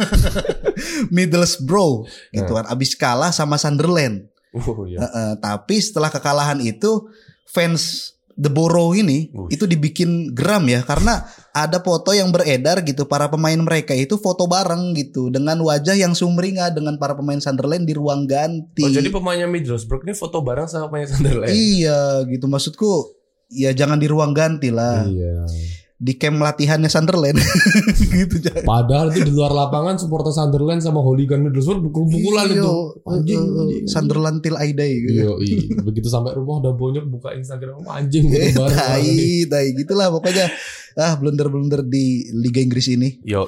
A: Middlesbrough gitu kan abis kalah sama Sunderland.
B: Oh, iya.
A: Heeh, tapi setelah kekalahan itu fans The Borough ini
B: Wush.
A: itu dibikin geram ya karena ada foto yang beredar gitu para pemain mereka itu foto bareng gitu dengan wajah yang sumringah dengan para pemain Sunderland di ruang ganti.
B: Oh jadi pemainnya Middlesbrough ini foto bareng sama pemain Sunderland.
A: Iya gitu maksudku ya jangan di ruang ganti lah.
B: Iya.
A: Di camp latihannya Sunderland gitu jangan.
B: Padahal itu di luar lapangan supporter Sunderland sama hooligan Middlesbrough pukul-pukulan
A: Iya,
B: itu.
A: eh,
B: Anjing.
A: eh,
B: anjing.
A: Sunderland till I die gitu.
B: Iya, iya. Begitu sampai rumah udah bonyok buka Instagram anjing foto
A: Eh,
B: bareng.
A: tai, tai gitulah pokoknya. Ah, blunder-blunder di Liga Inggris ini.
B: Yo,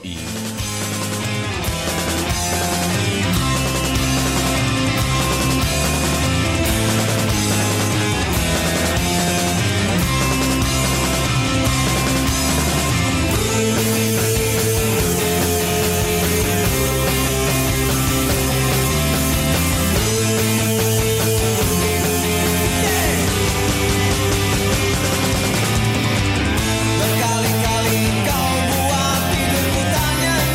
C: Berkali-kali kau buat tidurku tanya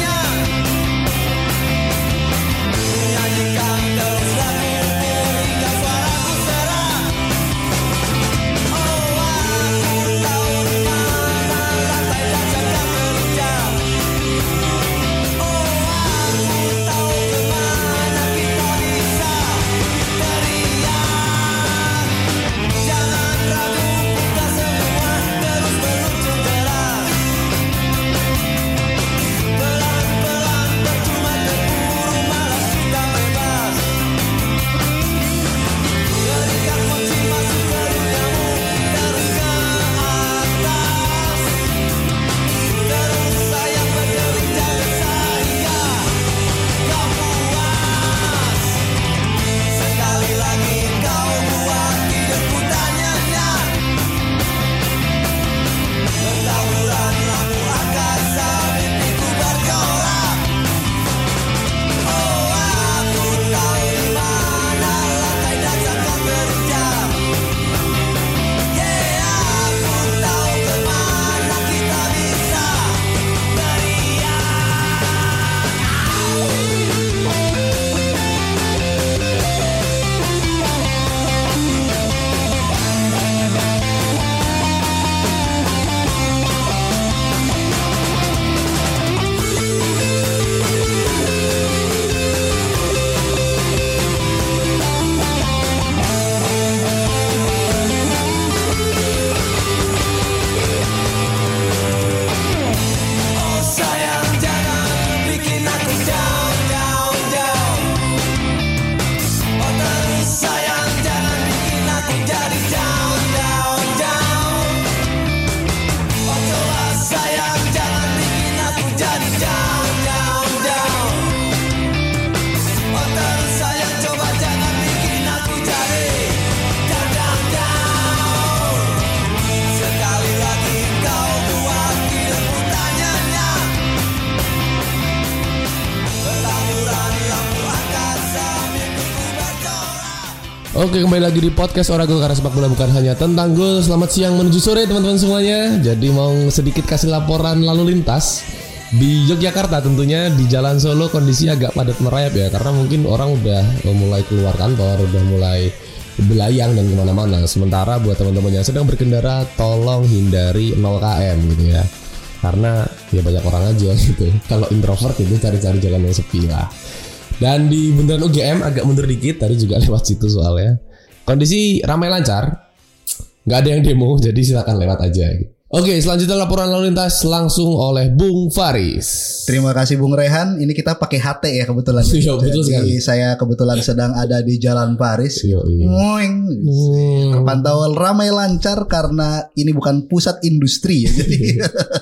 B: Oke, kembali lagi di podcast Oragol, karena sepak bola bukan hanya tentang gol. Selamat siang menuju sore teman-teman semuanya. Jadi mau sedikit kasih laporan lalu lintas di Yogyakarta, tentunya di Jalan Solo kondisi agak padat merayap ya, karena mungkin orang udah mulai keluar kantor, udah mulai belayang dan kemana-mana. Sementara buat teman-teman yang sedang berkendara, tolong hindari nol kilometer gitu ya, karena ya banyak orang aja gitu. Kalau introvert itu cari-cari jalan yang sepi lah. Dan di bundaran U G M agak mundur dikit, tadi juga lewat situ soalnya. Kondisi ramai lancar, nggak ada yang demo, jadi silakan lewat aja. Oke, selanjutnya laporan lalu lintas langsung oleh Bung Faris.
A: Terima kasih Bung Rehan. Ini kita pakai H T ya kebetulan.
B: Iya, betul sekali.
A: Saya kebetulan sedang ada di Jalan Paris.
B: Iya, iya.
A: Ngoeng. Terpantau ramai lancar karena ini bukan pusat industri ya. Jadi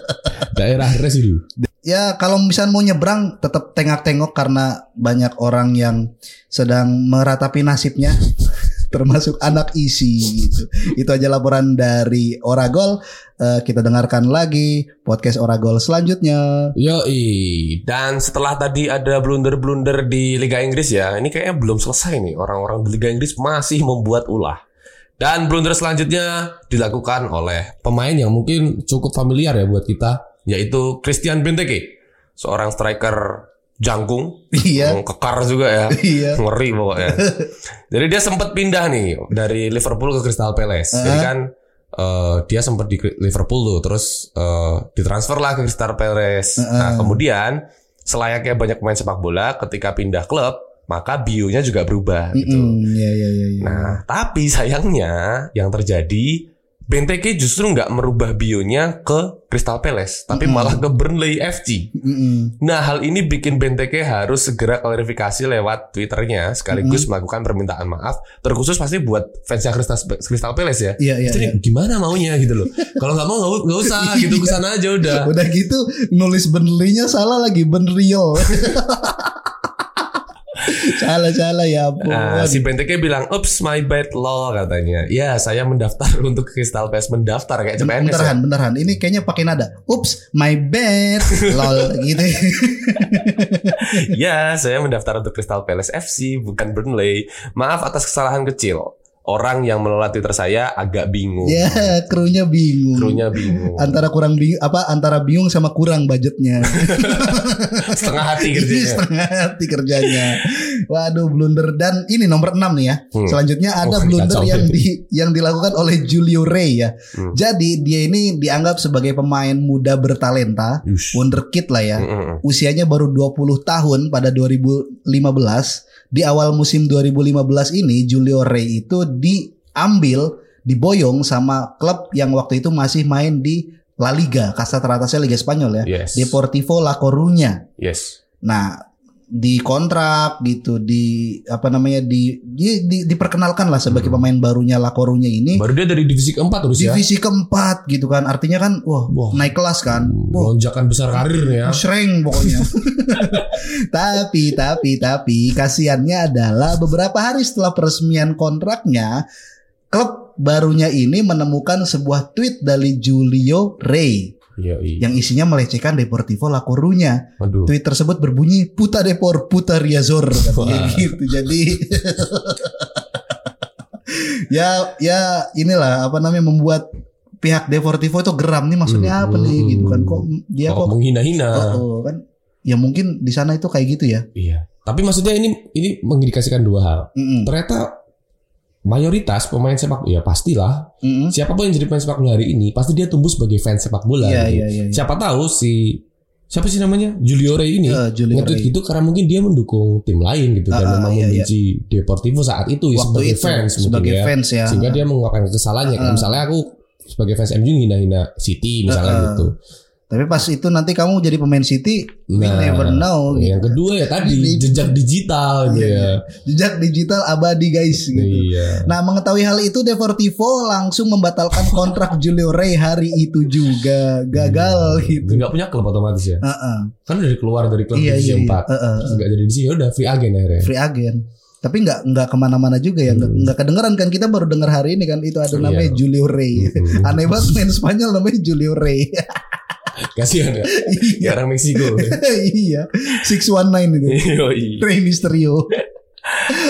B: daerah residu.
A: Ya kalau misalnya mau nyebrang tetap tengok-tengok karena banyak orang yang sedang meratapi nasibnya, termasuk anak isi gitu. Itu aja laporan dari Oragol. Uh, kita dengarkan lagi podcast Oragol selanjutnya.
B: Yoi. Dan setelah tadi ada blunder-blunder di Liga Inggris ya, ini kayaknya belum selesai nih. Orang-orang di Liga Inggris masih membuat ulah. Dan blunder selanjutnya dilakukan oleh pemain yang mungkin cukup familiar ya buat kita, yaitu Christian Benteke, seorang striker jangkung,
A: iya,
B: kekar juga ya,
A: iya,
B: ngeri pokoknya. Jadi dia sempat pindah nih dari Liverpool ke Crystal Palace. Uh-huh. Jadi kan uh, dia sempat di Liverpool tuh, terus uh, ditransfer lah ke Crystal Palace. Uh-huh. Nah kemudian selayaknya banyak pemain sepak bola ketika pindah klub, maka bio-nya juga berubah gitu.
A: Mm-hmm. Yeah, yeah, yeah, yeah.
B: Nah tapi sayangnya yang terjadi, Benteke justru nggak merubah bionya ke Crystal Palace, tapi mm-hmm. malah ke Burnley F C. Mm-hmm. Nah, hal ini bikin Benteke harus segera klarifikasi lewat Twitternya, sekaligus mm-hmm. melakukan permintaan maaf, terkhusus pasti buat fansnya Crystal, Crystal Palace ya.
A: Iya, iya,
B: Jadi
A: iya.
B: Gimana maunya gitu loh. Kalau nggak mau nggak usah gitu, kesana aja udah.
A: Udah gitu nulis Burnley-nya salah lagi, Burnley. Salah-salah ya ampun.
B: Nah, si Benteke bilang, "Ups, my bad lol," katanya. Ya, saya mendaftar untuk Crystal Palace, mendaftar kayak C P N S.
A: Beneran,
B: ya?
A: beneran. Ini kayaknya pakai nada. "Ups, my bad lol," gitu.
B: Ya, saya mendaftar untuk Crystal Palace F C, bukan Burnley. Maaf atas kesalahan kecil. Orang yang mengelola Twitter saya agak bingung.
A: Ya, krunya bingung.
B: Krunya bingung.
A: Antara kurang bingung apa antara bingung sama kurang budgetnya.
B: Setengah hati kerjanya.
A: Setengah hati kerjanya. Waduh, blunder. Dan ini nomor enam nih ya. Hmm. Selanjutnya ada oh, blunder yang di yang dilakukan oleh Julio Rey ya. Hmm. Jadi dia ini dianggap sebagai pemain muda bertalenta, Yush. wonderkid lah ya. Hmm. Usianya baru dua puluh tahun pada dua ribu lima belas. Di awal musim dua ribu lima belas ini Julio Rey itu diambil, diboyong sama klub yang waktu itu masih main di La Liga, kasta teratasnya Liga Spanyol ya,
B: yes.
A: Deportivo La Coruña.
B: Yes.
A: Nah, di kontrak gitu, di apa namanya di di, di diperkenalkan lah sebagai hmm. pemain barunya La Coruña ini.
B: Baru dia dari divisi keempat terus ya.
A: Divisi keempat gitu kan, artinya kan, wah, wah. naik kelas kan,
B: wah. lonjakan besar karir ya.
A: Sreng pokoknya. tapi tapi tapi kasihannya adalah beberapa hari setelah peresmian kontraknya, klub barunya ini menemukan sebuah tweet dari Julio Rey.
B: Yoi.
A: Yang isinya melecehkan Deportivo La Coruña.
B: Aduh.
A: Tweet tersebut berbunyi "Puta Depor, puta Riazor," katanya gitu. Jadi ya ya inilah apa namanya membuat pihak Deportivo itu geram nih, maksudnya hmm, apa nih hmm, gitu kan, kok dia
B: kok,
A: kok
B: menghina-hina.
A: Oh, oh, kan ya mungkin di sana itu kayak gitu ya.
B: Iya. Tapi maksudnya ini ini mengindikasikan dua hal. Mm-mm. Ternyata mayoritas pemain sepak ya pastilah mm-hmm. siapapun yang jadi pemain sepak bola hari ini pasti dia tumbuh sebagai fans sepak bola.
A: Yeah,
B: gitu.
A: yeah, yeah, yeah.
B: Siapa tahu si siapa sih namanya Julio Rey ini uh, nge-tweet gitu karena mungkin dia mendukung tim lain gitu uh, dan uh, memang yeah, membenci yeah. Deportivo saat itu ya, sebagai itu, fans
A: sebagai
B: ya.
A: fans ya.
B: Sehingga dia mengungkapkan kesalahannya. Uh, kayak misalnya aku sebagai fans M U hina-hina City misalnya uh, gitu.
A: Tapi pas itu nanti kamu jadi pemain City, nah, we never know.
B: Yang gitu. Kedua ya tadi jejak digital gitu ya.
A: Jejak digital abadi guys gitu.
B: Iya.
A: Nah, mengetahui hal itu Deportivo langsung membatalkan kontrak Julio Rey hari itu juga. Gagal gitu.
B: Enggak punya klub otomatis ya.
A: Uh-uh.
B: Kan udah keluar dari klub
A: iya,
B: divisi
A: iya,
B: empat.
A: Iya. Uh-uh.
B: Enggak jadi di sini udah free agent akhirnya.
A: Free agent. Tapi nggak nggak kemana-mana juga ya, nggak hmm. nggak kedengeran kan, kita baru dengar hari ini kan itu ada namanya iya. Julio Rey. Hmm. Aneh banget main Spanyol namanya Julio Rey.
B: Kasihan ya. Iya. Orang Meksiko.
A: Iya. six one nine itu. Rey Mysterio.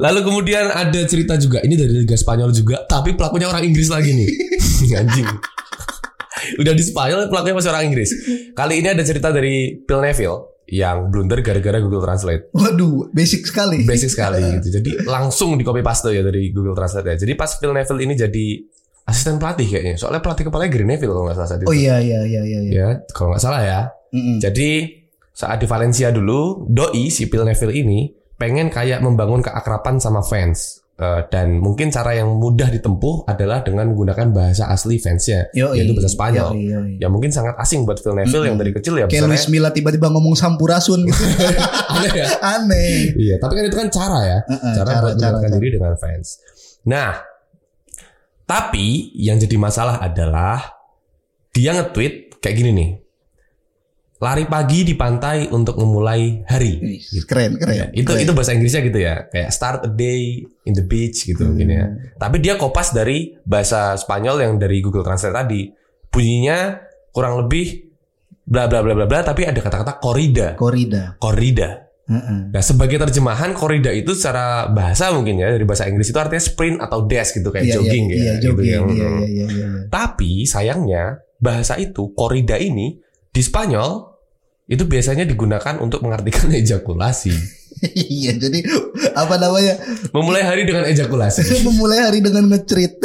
B: Lalu kemudian ada cerita juga, ini dari Liga Spanyol juga, tapi pelakunya orang Inggris lagi nih. Anjing. Udah di Spanyol, pelakunya masih orang Inggris. Kali ini ada cerita dari Phil Neville yang blunder gara-gara Google Translate.
A: Waduh, basic sekali.
B: Basic sekali gitu. Jadi langsung di copy paste ya dari Google Translate ya. Jadi pas Phil Neville ini jadi asisten pelatih kayaknya. Soalnya pelatih kepalanya Gary Neville kalau nggak salah saat itu.
A: Oh iya iya iya iya.
B: Ya, kalau nggak salah ya.
A: Mm-mm.
B: Jadi saat di Valencia dulu, doi si Phil Neville ini pengen kayak membangun keakraban sama fans. Uh, dan mungkin cara yang mudah ditempuh adalah dengan menggunakan bahasa asli fansnya,
A: Yoi.
B: yaitu bahasa Spanyol.
A: Yoi, yoi.
B: Ya mungkin sangat asing buat Phil Neville
A: Mm-mm.
B: yang dari kecil ya
A: Kayak Luis
B: besarnya
A: Milla tiba-tiba ngomong sampurasun gitu.
B: aneh ya.
A: Aneh.
B: Iya, tapi kan itu kan cara ya,
A: Uh-uh,
B: cara,
A: cara-
B: buat
A: cara-
B: mendekatkan
A: cara.
B: diri dengan fans. Nah, tapi yang jadi masalah adalah dia nge-tweet kayak gini nih. Lari pagi di pantai untuk memulai hari.
A: Wih, Keren keren.
B: Ya, itu
A: keren.
B: itu bahasa Inggrisnya gitu ya, kayak start a day in the beach gitu mungkin ya. Tapi dia kopas dari bahasa Spanyol yang dari Google Translate tadi. Bunyinya kurang lebih bla bla bla bla bla, tapi ada kata-kata corrida.
A: Korida.
B: Corrida.
A: Heeh.
B: Nah, sebagai terjemahan corrida itu secara bahasa mungkin ya dari bahasa Inggris itu artinya sprint atau dash gitu kayak
A: Iya,
B: jogging
A: iya,
B: ya.
A: iya,
B: gitu
A: jogging.
B: ya.
A: Iya iya iya iya.
B: Tapi sayangnya bahasa itu corrida ini di Spanyol itu biasanya digunakan untuk mengartikan ejakulasi.
A: Iya, jadi apa namanya?
B: Memulai hari dengan ejakulasi.
A: Memulai hari dengan ngecerit.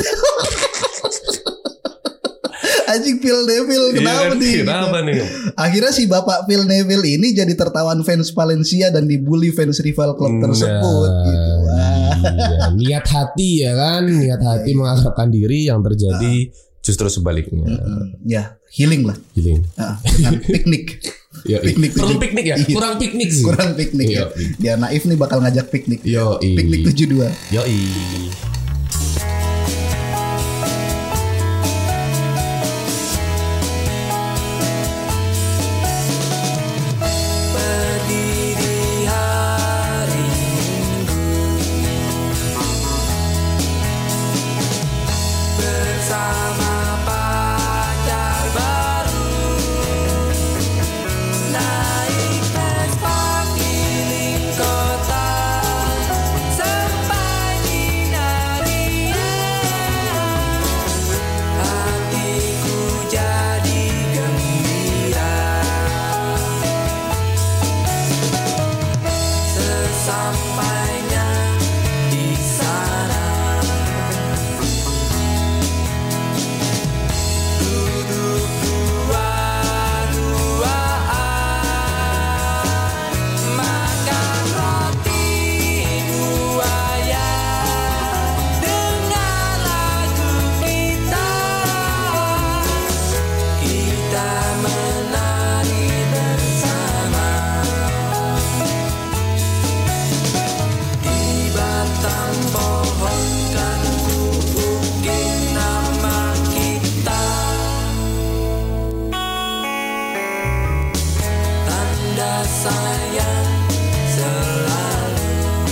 A: Anjing Phil Neville kenapa
B: Iya,
A: nih?
B: kenapa nih?
A: Akhirnya si Bapak Phil Neville ini jadi tertawan fans Valencia dan dibully fans rival klub tersebut
B: Nah,
A: gitu. Wah.
B: iya. Niat hati ya kan, niat hati mengakrabkan diri yang terjadi justru sebaliknya.
A: Hmm, ya, healing lah.
B: Healing.
A: Nah, dengan piknik.
B: Yo,
A: Piknik
B: perlu
A: tujuh-
B: piknik ya?
A: Iya.
B: Kurang piknik sih.
A: Kurang piknik ya.
B: Iya.
A: Dia naif nih bakal ngajak piknik.
B: Yo,
A: Piknik tujuh dua.
B: Yoi.
C: Berdiri hari Minggu bersama pacar baru, naik Vespa keliling kota sampai di hatiku jadi gembira. Sesampainya di sana, duduk dua-duaan, makan roti buaya, dengar lagu kita, kita menari bersama. Di batang pohon kan ku ukir nama kita, tanda sayang selalu.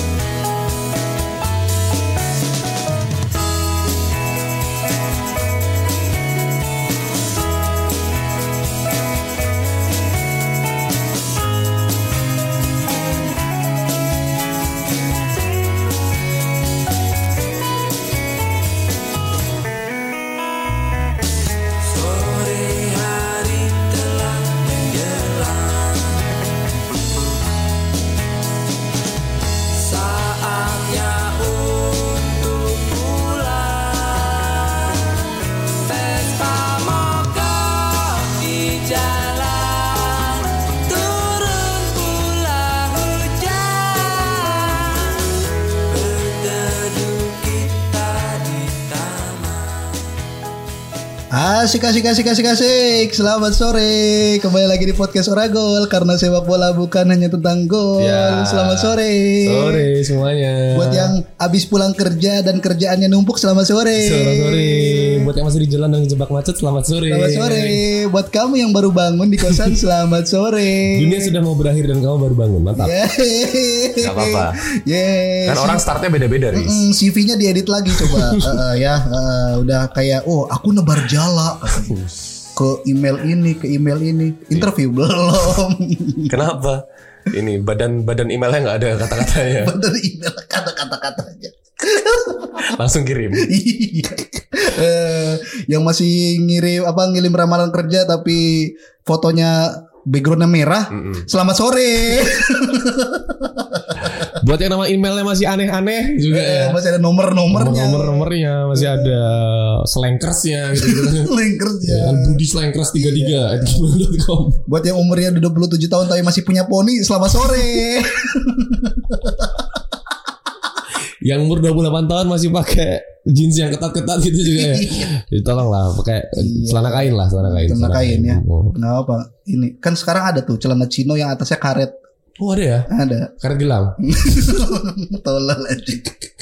C: Sore hari telah menjelang, saatnya untuk pulang. Vespa mogok di jalan, turun pula hujan, berteduh kita di taman.
A: Asik asik asik asik asik. Selamat sore. Kembali lagi di podcast Oragol karena sepak bola bukan hanya tentang gol.
B: Ya.
A: Selamat sore.
B: Sore semuanya.
A: Buat yang habis pulang kerja dan kerjaannya numpuk, selamat sore.
B: Selamat sore. Buat yang masih di jalan dan kejebak macet, selamat sore.
A: Selamat sore. Buat kamu yang baru bangun di kosan, selamat sore.
B: Dunia sudah mau berakhir dan kamu baru bangun, mantap.
A: Yeay.
B: Gak apa-apa.
A: Yeay.
B: Kan orang startnya beda-beda, Riz.
A: Mm, C V-nya diedit lagi coba. Eh, eh, ya, eh, udah kayak oh aku nebar jala. ke email ini, ke email ini. Interview belum.
B: Kenapa? Ini badan badan emailnya nggak ada kata-katanya.
A: Badan email kata-kata-katanya.
B: Langsung kirim.
A: Iya. Eh, yang masih ngirim apa ngirim ramalan kerja tapi fotonya backgroundnya merah.
B: Mm-mm.
A: Selamat sore.
B: Buat yang nama emailnya masih aneh-aneh juga
A: Eh,
B: ya.
A: masih ada nomor-nomornya.
B: Nomor-nomornya masih ada slankersnya gitu.
A: Linkers
B: Ya,
A: ya.
B: kan Budi Slankers tiga puluh tiga at gmail dot com.
A: Buat yang umurnya udah dua puluh tujuh tahun tapi masih punya poni, selamat sore.
B: Yang umur dua puluh delapan tahun masih pakai jeans yang ketat-ketat gitu juga ya. Jadi tolonglah pakai
A: Iya.
B: celana kain lah, celana kain.
A: Celana kain ya.
B: Oh.
A: Nggak apa. Ini kan sekarang ada tuh celana chino yang atasnya karet.
B: Oh, ada ya?
A: Ada.
B: Karet gelang.
A: Tolol anjing.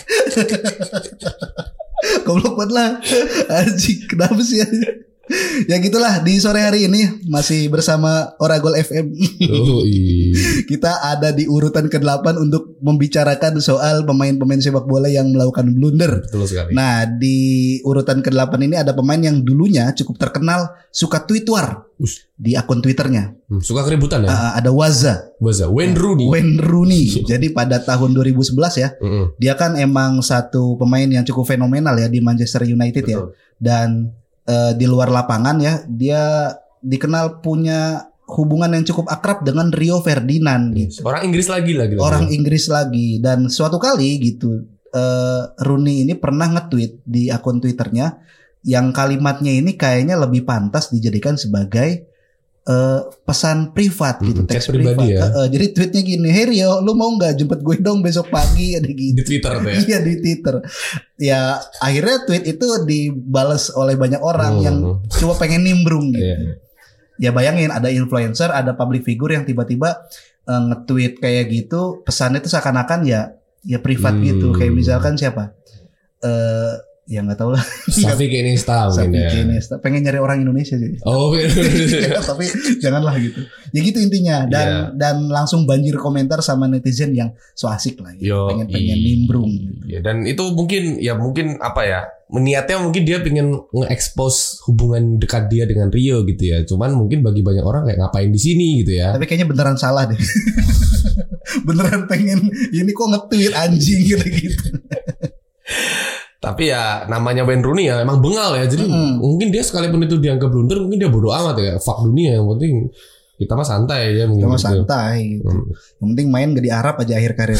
A: Goblok banget lah. Anjing, kenapa sih? Ya gitulah, di sore hari ini masih bersama Oragol F M.
B: Oh, iya.
A: Kita ada di urutan kedelapan untuk membicarakan soal pemain-pemain sepak bola yang melakukan blunder.
B: Betul sekali.
A: Nah, di urutan kedelapan ini ada pemain yang dulunya cukup terkenal suka tweet war
B: Us.
A: di akun Twitternya.
B: Hmm, suka keributan ya?
A: Uh, ada Waza,
B: Baza Wayne Rooney.
A: Wayne Rooney. Jadi pada tahun dua ribu sebelas ya,
B: Mm-mm.
A: dia kan emang satu pemain yang cukup fenomenal ya di Manchester United ya.
B: Betul.
A: Dan uh, di luar lapangan ya, dia dikenal punya hubungan yang cukup akrab dengan Rio Ferdinand gitu.
B: Orang Inggris lagi lah gitu.
A: Orang Inggris lagi. Dan suatu kali gitu uh, Rooney ini pernah nge-tweet di akun Twitternya yang kalimatnya ini kayaknya lebih pantas dijadikan sebagai uh, pesan privat gitu,
B: Hmm,
A: teks
B: chat pribadi
A: privat.
B: ya.
A: Uh, uh, jadi tweetnya gini, "Hey Rio, lu mau nggak jemput gue dong besok pagi?" Ada gitu.
B: Di Twitter tuh ya.
A: Iya, di Twitter. Ya akhirnya tweet itu dibalas oleh banyak orang
B: Hmm.
A: yang cuma pengen nimbrung gitu.
B: Iya.
A: Ya bayangin ada influencer, ada public figure yang tiba-tiba uh, nge-tweet kayak gitu, pesannya itu seakan-akan ya ya privat
B: Hmm.
A: gitu. Kayak misalkan siapa? Eh ya nggak tahu lah.
B: Safi Iniesta mungkin
A: Sapi
B: ya.
A: Iniesta. Pengen nyari orang Indonesia sih.
B: Oh,
A: Ya, tapi janganlah gitu. Ya gitu intinya. Dan
B: Iya.
A: dan langsung banjir komentar sama netizen yang so asik lah. Ya.
B: Yo,
A: pengen pengen
B: i-
A: nimbrung.
B: Ya, dan itu mungkin ya mungkin apa ya? Niatnya mungkin dia pengen nge-expose hubungan dekat dia dengan Rio gitu ya. Cuman mungkin bagi banyak orang kayak ngapain di sini gitu ya.
A: Tapi kayaknya beneran salah deh. Beneran pengen ini kok nge-tweet anjing gitu-gitu.
B: Tapi ya namanya Wayne Rooney ya emang bengal ya. Jadi
A: Mm-mm.
B: mungkin dia sekalipun itu dianggap blunder, mungkin dia bodo amat ya. Fuck dunia, yang penting kita mah santai ya mungkin.
A: Cuma
B: gitu.
A: santai gitu.
B: Hmm.
A: Yang penting main gak di Arab aja akhir karir.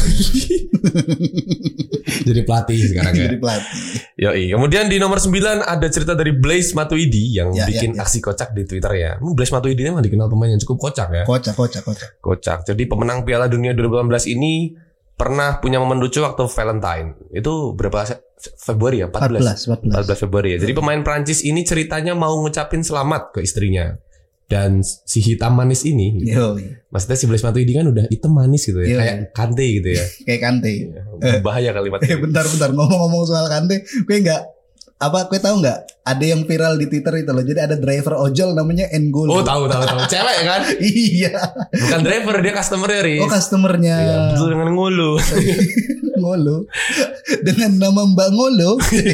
B: Jadi pelatih sekarang ya.
A: Jadi pelatih.
B: Yoi. Kemudian di nomor sembilan ada cerita dari Blaise Matuidi yang
A: Ya,
B: bikin
A: ya, ya.
B: aksi kocak di Twitter ya. Hmm, Blaise Matuidi ini memang dikenal pemain yang cukup kocak ya.
A: Kocak, kocak, kocak.
B: Kocak. Jadi pemenang Piala Dunia dua ribu delapan belas ini pernah punya momen lucu waktu Valentine. Itu berapa se- Februari ya?
A: empat belas, empat belas.
B: empat belas Februari ya. Jadi pemain Prancis ini ceritanya mau ngucapin selamat ke istrinya. Dan si hitam manis ini,
A: Yo,
B: maksudnya si Blaise Matuidi kan udah hitam manis gitu ya,
A: Iya.
B: kayak Kante gitu ya.
A: kayak Kante.
B: Bahaya
A: Eh,
B: kalimatnya.
A: bentar-bentar ngomong-ngomong soal Kante, gue nggak apa, gue tahu nggak? Ada yang viral di Twitter itu loh. Jadi ada driver ojol namanya N'Golo.
B: Oh tahu tahu tahu, cewek kan?
A: Iya.
B: Bukan driver, dia customer ya, Riz.
A: Oh customernya.
B: Iya, betul dengan ngulu.
A: Ngolo. Dengan nama Mbak Ngolo.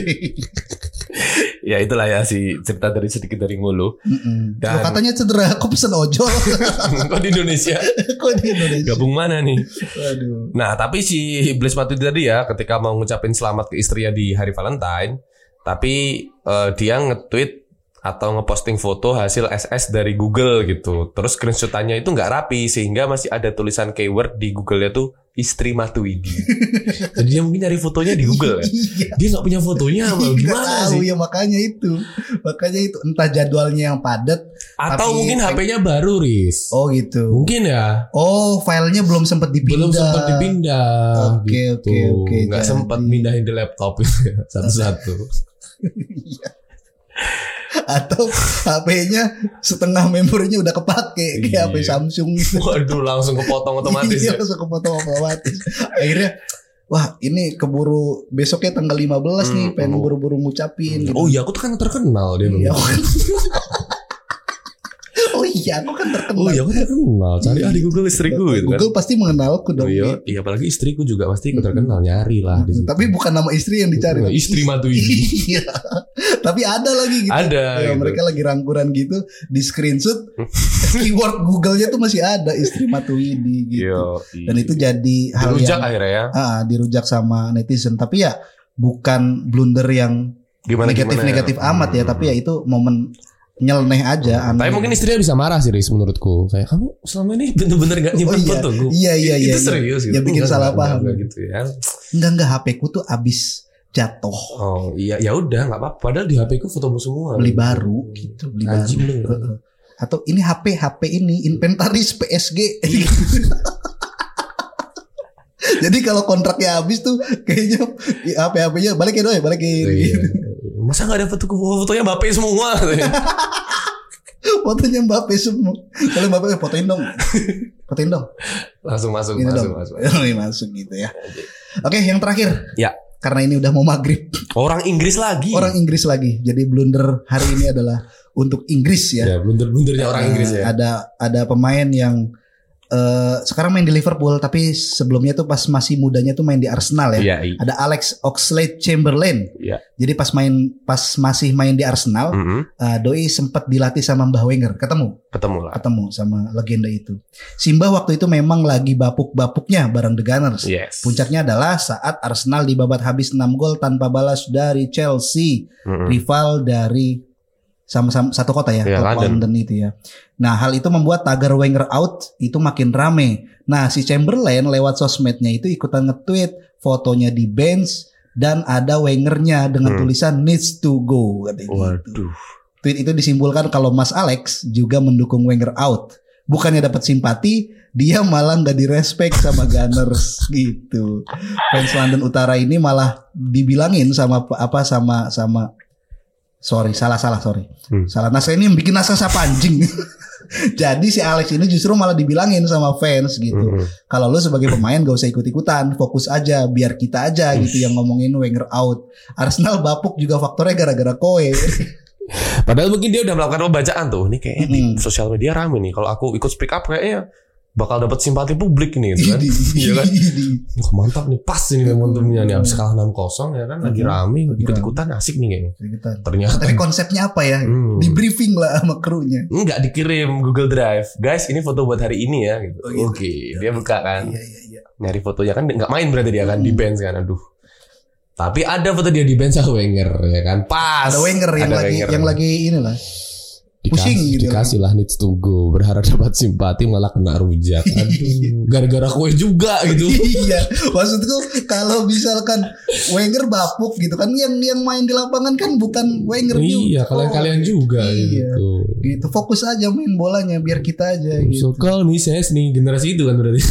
B: Ya itulah ya si cerita dari sedikit dari ngulu.
A: Mm-mm.
B: Dan-
A: Loh, katanya cedera, kok pesen ojol?
B: Kok di Indonesia?
A: Kok di Indonesia?
B: Gabung mana nih?
A: Waduh.
B: Nah, tapi si Blaise Matuidi tadi ya ketika mau ngucapin selamat ke istrinya di hari Valentine, tapi eh, dia nge-tweet atau ngeposting foto hasil S S dari Google gitu. Terus screenshotannya itu nggak rapi sehingga masih ada tulisan keyword di Google-nya tuh istri Matuidi. Jadi dia mungkin nyari fotonya di Google ya.
A: Iya.
B: Dia nggak punya fotonya apa
A: Nggak
B: gimana
A: tahu
B: sih?
A: ya, makanya itu. Makanya itu entah jadwalnya yang padat
B: Atau
A: tapi-
B: mungkin H P-nya baru, Riz.
A: Oh gitu.
B: Mungkin ya.
A: Oh, filenya belum sempat dipindah.
B: Belum sempat dipindah.
A: Oke,
B: gitu.
A: oke, oke.
B: Nggak
A: Jadi-
B: sempat pindahin di laptop itu ya, satu-satu.
A: Atau H P-nya setengah memorinya udah kepake kayak H P
B: Iya.
A: Samsung gitu.
B: Waduh, langsung kepotong otomatis
A: Iya,
B: ya.
A: langsung kepotong otomatis. Akhirnya wah, ini keburu besoknya tanggal lima belas nih,
B: Hmm,
A: pengen
B: oh.
A: buru-buru ngucapin gitu.
B: Oh iya, aku tuh kan terkenal dia.
A: Iya.
B: Bang.
A: Oh Iya, aku kan terkenal.
B: Oh iya, aku terkenal. Cari ah di Google istriku gitu kan.
A: Google pasti mengenalku
B: Oh,
A: dong.
B: iya, iya, apalagi istriku juga pasti ikut terkenal, nyari lah di situ.
A: Tapi bukan nama istri yang dicari.
B: Bukan, istri Matuidi.
A: Iya. Tapi ada lagi gitu.
B: Ada,
A: Ya,
B: gitu.
A: mereka lagi rangkuran gitu, di screenshot keyword Google-nya tuh masih ada istri Matuidi gitu.
B: Yo,
A: Dan itu jadi hal
B: dirujak
A: yang
B: akhirnya ya.
A: ah, dirujak sama netizen. Tapi ya bukan blunder yang
B: Gimana
A: negatif-negatif
B: gimana?
A: amat ya,
B: Hmm.
A: tapi ya itu momen nyeleneh aja. aneh.
B: Tapi mungkin istrinya bisa marah sih, Riz, menurutku. Kayak kamu selama ini bener-bener gak nyimpen
A: Oh, iya.
B: foto gue.
A: Iya, iya, iya,
B: Itu
A: iya.
B: serius gitu.
A: Ya bikin
B: Enggak,
A: salah
B: enggak,
A: paham.
B: enggak gitu ya.
A: Enggak enggak H P ku tuh abis jatuh.
B: Oh iya, ya udah nggak apa-apa. Padahal di H P ku fotomu semua.
A: Beli baru gitu, beli
B: Anjing
A: baru.
B: lu.
A: Heeh. Atau ini H P H P ini inventaris P S G. Jadi kalau kontraknya habis tuh kayaknya H P-H P-nya balikin doi, balikin.
B: Iya. Masa nggak ada foto fotonya Mbappe semua?
A: Fotonya Mbappe semua. Kalau Mbappe fotoin dong. Fotoin dong.
B: Langsung masuk,
A: Ini
B: masuk,
A: dong.
B: masuk.
A: Ini masuk gitu ya. Oke, yang terakhir.
B: Ya.
A: Karena ini udah mau maghrib.
B: Orang Inggris lagi.
A: Orang Inggris lagi. Jadi blunder hari ini adalah untuk Inggris ya.
B: Ya, blunder-blundernya orang
A: Nah,
B: Inggris ya.
A: Ada ada pemain yang eh, sekarang main di Liverpool, tapi sebelumnya tuh pas masih mudanya tuh main di Arsenal ya.
B: Iya, iya.
A: Ada Alex Oxlade-Chamberlain.
B: Iya.
A: Jadi pas main pas masih main di Arsenal,
B: Mm-mm.
A: eh, doi sempat dilatih sama Mbah Wenger. Ketemu,
B: Ketemu lah.
A: ketemu sama legenda itu. Simba waktu itu memang lagi bapuk-bapuknya bareng The Gunners.
B: Yes.
A: Puncaknya adalah saat Arsenal dibabat habis enam gol tanpa balas dari Chelsea,
B: Mm-mm.
A: rival dari sama-sama satu kota ya,
B: Iya,
A: klub
B: London.
A: London itu ya. Nah, hal itu membuat tagar Wenger out itu makin rame. Nah, si Chamberlain lewat sosmednya itu ikutan nge-tweet fotonya di bench dan ada Wengernya dengan
B: Hmm.
A: tulisan needs to go katanya gitu.
B: Waduh.
A: Tweet itu disimpulkan kalau Mas Alex juga mendukung Wenger out. Bukannya dapat simpati, dia malah nggak direspek sama Gunners gitu. Fans London Utara ini malah dibilangin sama apa sama sama sorry salah salah sorry
B: Hmm.
A: salah naskah ini yang bikin naskah siapa anjing. Jadi si Alex ini justru malah dibilangin sama fans gitu.
B: Mm-mm.
A: Kalau lu sebagai pemain gak usah ikut-ikutan, fokus aja, biar kita aja gitu yang ngomongin Wenger out. Arsenal bapuk juga faktornya gara-gara kowe.
B: Padahal mungkin dia udah melakukan pembacaan tuh. Ini kayaknya di
A: Mm-mm.
B: sosial media rame nih. Kalau aku ikut speak up kayaknya bakal dapat simpati publik nih gitu kan. Iya kan? Wah, mantap nih, pas ini momentumnya nih. Habis kalah enam kosong ya kan, lagi
A: Mm-mm.
B: rame,
A: Lagi
B: ikut-ikutan asik nih kayaknya.
A: Ikutan.
B: Ternyata
A: Tapi konsepnya apa ya?
B: Hmm.
A: Di briefing lah sama krunya.
B: enggak dikirim Google Drive. Guys, ini foto buat hari ini ya gitu.
A: Oh, gitu.
B: Oke, dia buka kan.
A: Iya iya iya.
B: Nyari fotonya kan enggak main berarti dia kan di
A: Hmm.
B: bench kan. Aduh. Tapi ada foto dia di bench sama Wenger ya kan. Pas.
A: Ada Wenger yang
B: Ada
A: lagi
B: Wenger.
A: yang lagi inilah.
B: Dikasih,
A: pusing gitu.
B: dikasih lah needs to go, berharap dapat simpati malah kena rujak. Aduh, gara-gara kue juga gitu.
A: Iya, maksudku kalau misalkan Wenger bapuk gitu kan, yang yang main di lapangan kan bukan Wenger juga.
B: Iya, kalian-kalian juga
A: Iya.
B: gitu.
A: Gitu, fokus aja main bolanya biar kita aja gitu.
B: So call me Ses nih, generasi itu kan berarti.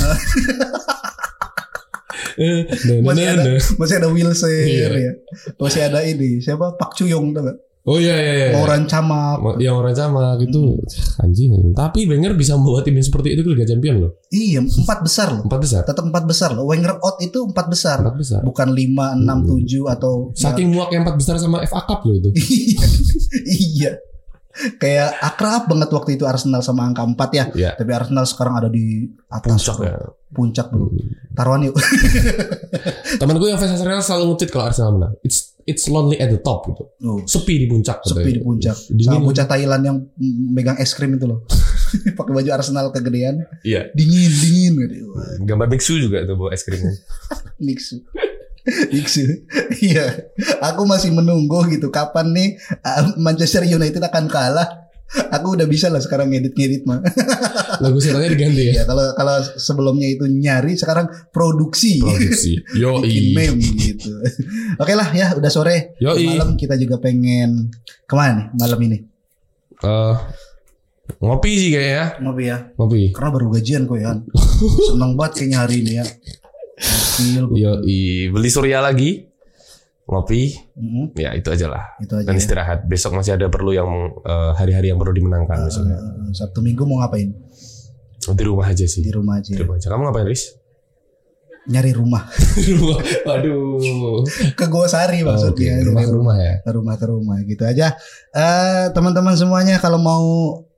B: Eh, nah, nah,
A: Masih
B: nah,
A: ada,
B: nah.
A: masih ada Wilshere
B: Iya.
A: ya. Masih ada ini, siapa? Pak Chuyong tuh gak?
B: Oh iya iya iya.
A: Orang Camak.
B: Yang orang sama gitu anjing. Tapi Wenger bisa membawa timnya seperti itu ke Liga Champions loh.
A: Iya, empat besar loh.
B: Empat besar.
A: Tetap empat besar loh. Wenger out itu empat besar.
B: Empat besar.
A: Bukan lima, enam,
B: Hmm.
A: tujuh atau
B: Saking muaknya empat besar sama F A Cup loh itu.
A: Iya. Iya. Kayak akrab banget waktu itu Arsenal sama angka empat ya.
B: Iya.
A: Tapi Arsenal sekarang ada di atas
B: Puncak
A: bro.
B: ya.
A: Puncak bro. Taruhan yuk.
B: Temanku yang fans Arsenal selalu nge-tweet kalau Arsenal menang. It's it's lonely at the top gitu.
A: Oh,
B: Sepi di puncak.
A: sepi
B: katanya.
A: di puncak.
B: Dingin.
A: Sama bocah Thailand yang megang es krim itu loh. Pakai baju Arsenal kegedean.
B: Iya.
A: Dingin, dingin gitu.
B: Gambar Biksu juga tuh bawa es krimnya.
A: Mixu. Mixu. Iya. Aku masih menunggu gitu kapan nih uh, Manchester United akan kalah. Aku udah bisa lah sekarang ngedit-ngedit mah.
B: Lagu setelahnya diganti ya.
A: Ya kalau kalau sebelumnya itu nyari, sekarang produksi.
B: Produksi. Yo
A: Bikin meme gitu. Oke lah ya, udah sore.
B: Yoi.
A: Malam kita juga pengen kemana nih malam ini?
B: Eh, ngopi sih kayaknya.
A: Ngopi ya.
B: Ngopi.
A: Karena baru gajian kok ya. Seneng banget kayaknya hari ini ya. Gokil, gokil.
B: Yo beli surya lagi. Ngopi.
A: Mm-mm,
B: Ya itu aja lah.
A: itu aja.
B: Dan
A: Ya.
B: istirahat. Besok masih ada perlu yang eh, hari-hari yang perlu dimenangkan besoknya.
A: Uh, Sabtu Minggu mau ngapain?
B: Di rumah aja sih.
A: Di rumah aja.
B: Di rumah aja. Kamu ngapain, Riz?
A: Nyari rumah.
B: Di rumah. Waduh.
A: Ke Gosari
B: Oh, oke.
A: maksudnya.
B: Rumah
A: Nyari
B: ke rumah ya.
A: Ke rumah ke rumah gitu aja. Eh teman-teman semuanya kalau mau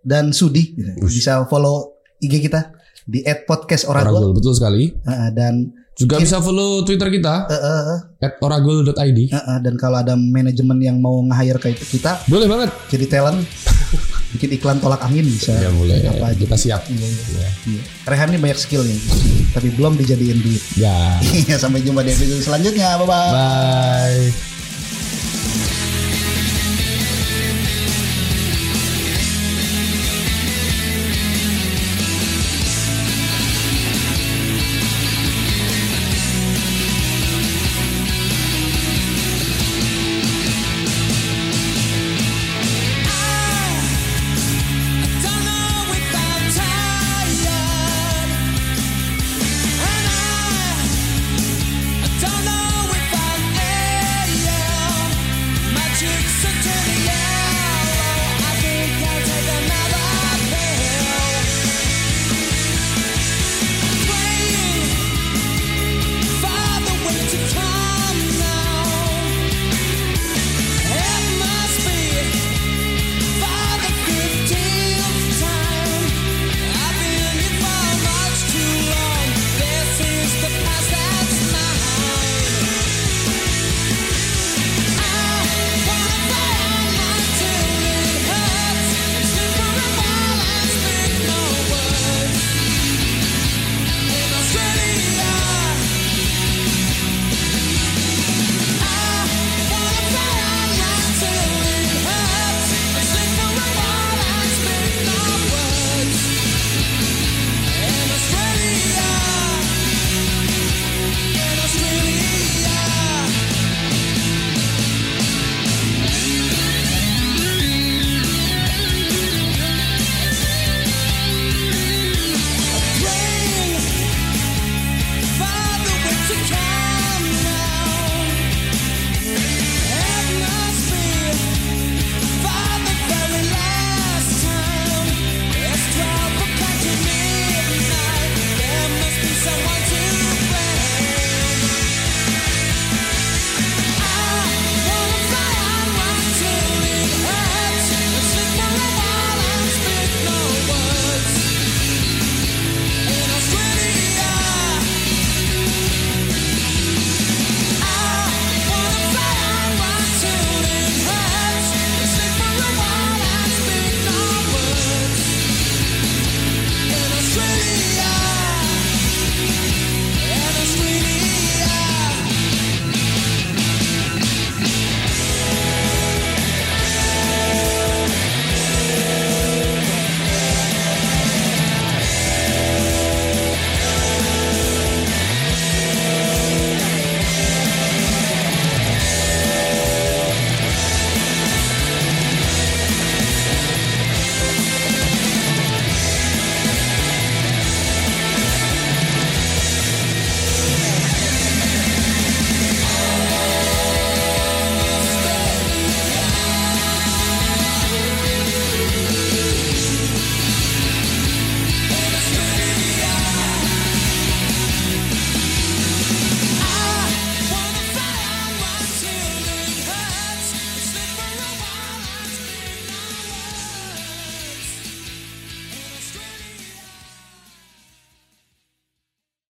A: dan Sudi. Bisa follow I G kita di et podcast oragul.
B: Oragul, betul sekali.
A: Uh, dan
B: juga bisa follow Twitter kita
A: uh, uh, uh,
B: et oragul dot i d.
A: uh, uh, dan kalau ada manajemen yang mau nge-hire ke kita,
B: boleh banget
A: jadi talent, bikin iklan tolak angin bisa.
B: Ya boleh.
A: Apa aja.
B: Kita siap.
A: Iya,
B: Ya.
A: iya. Rehan ini banyak skillnya, tapi belum dijadiin duit.
B: Ya.
A: Sampai jumpa di episode selanjutnya. Bye bye.
B: Bye.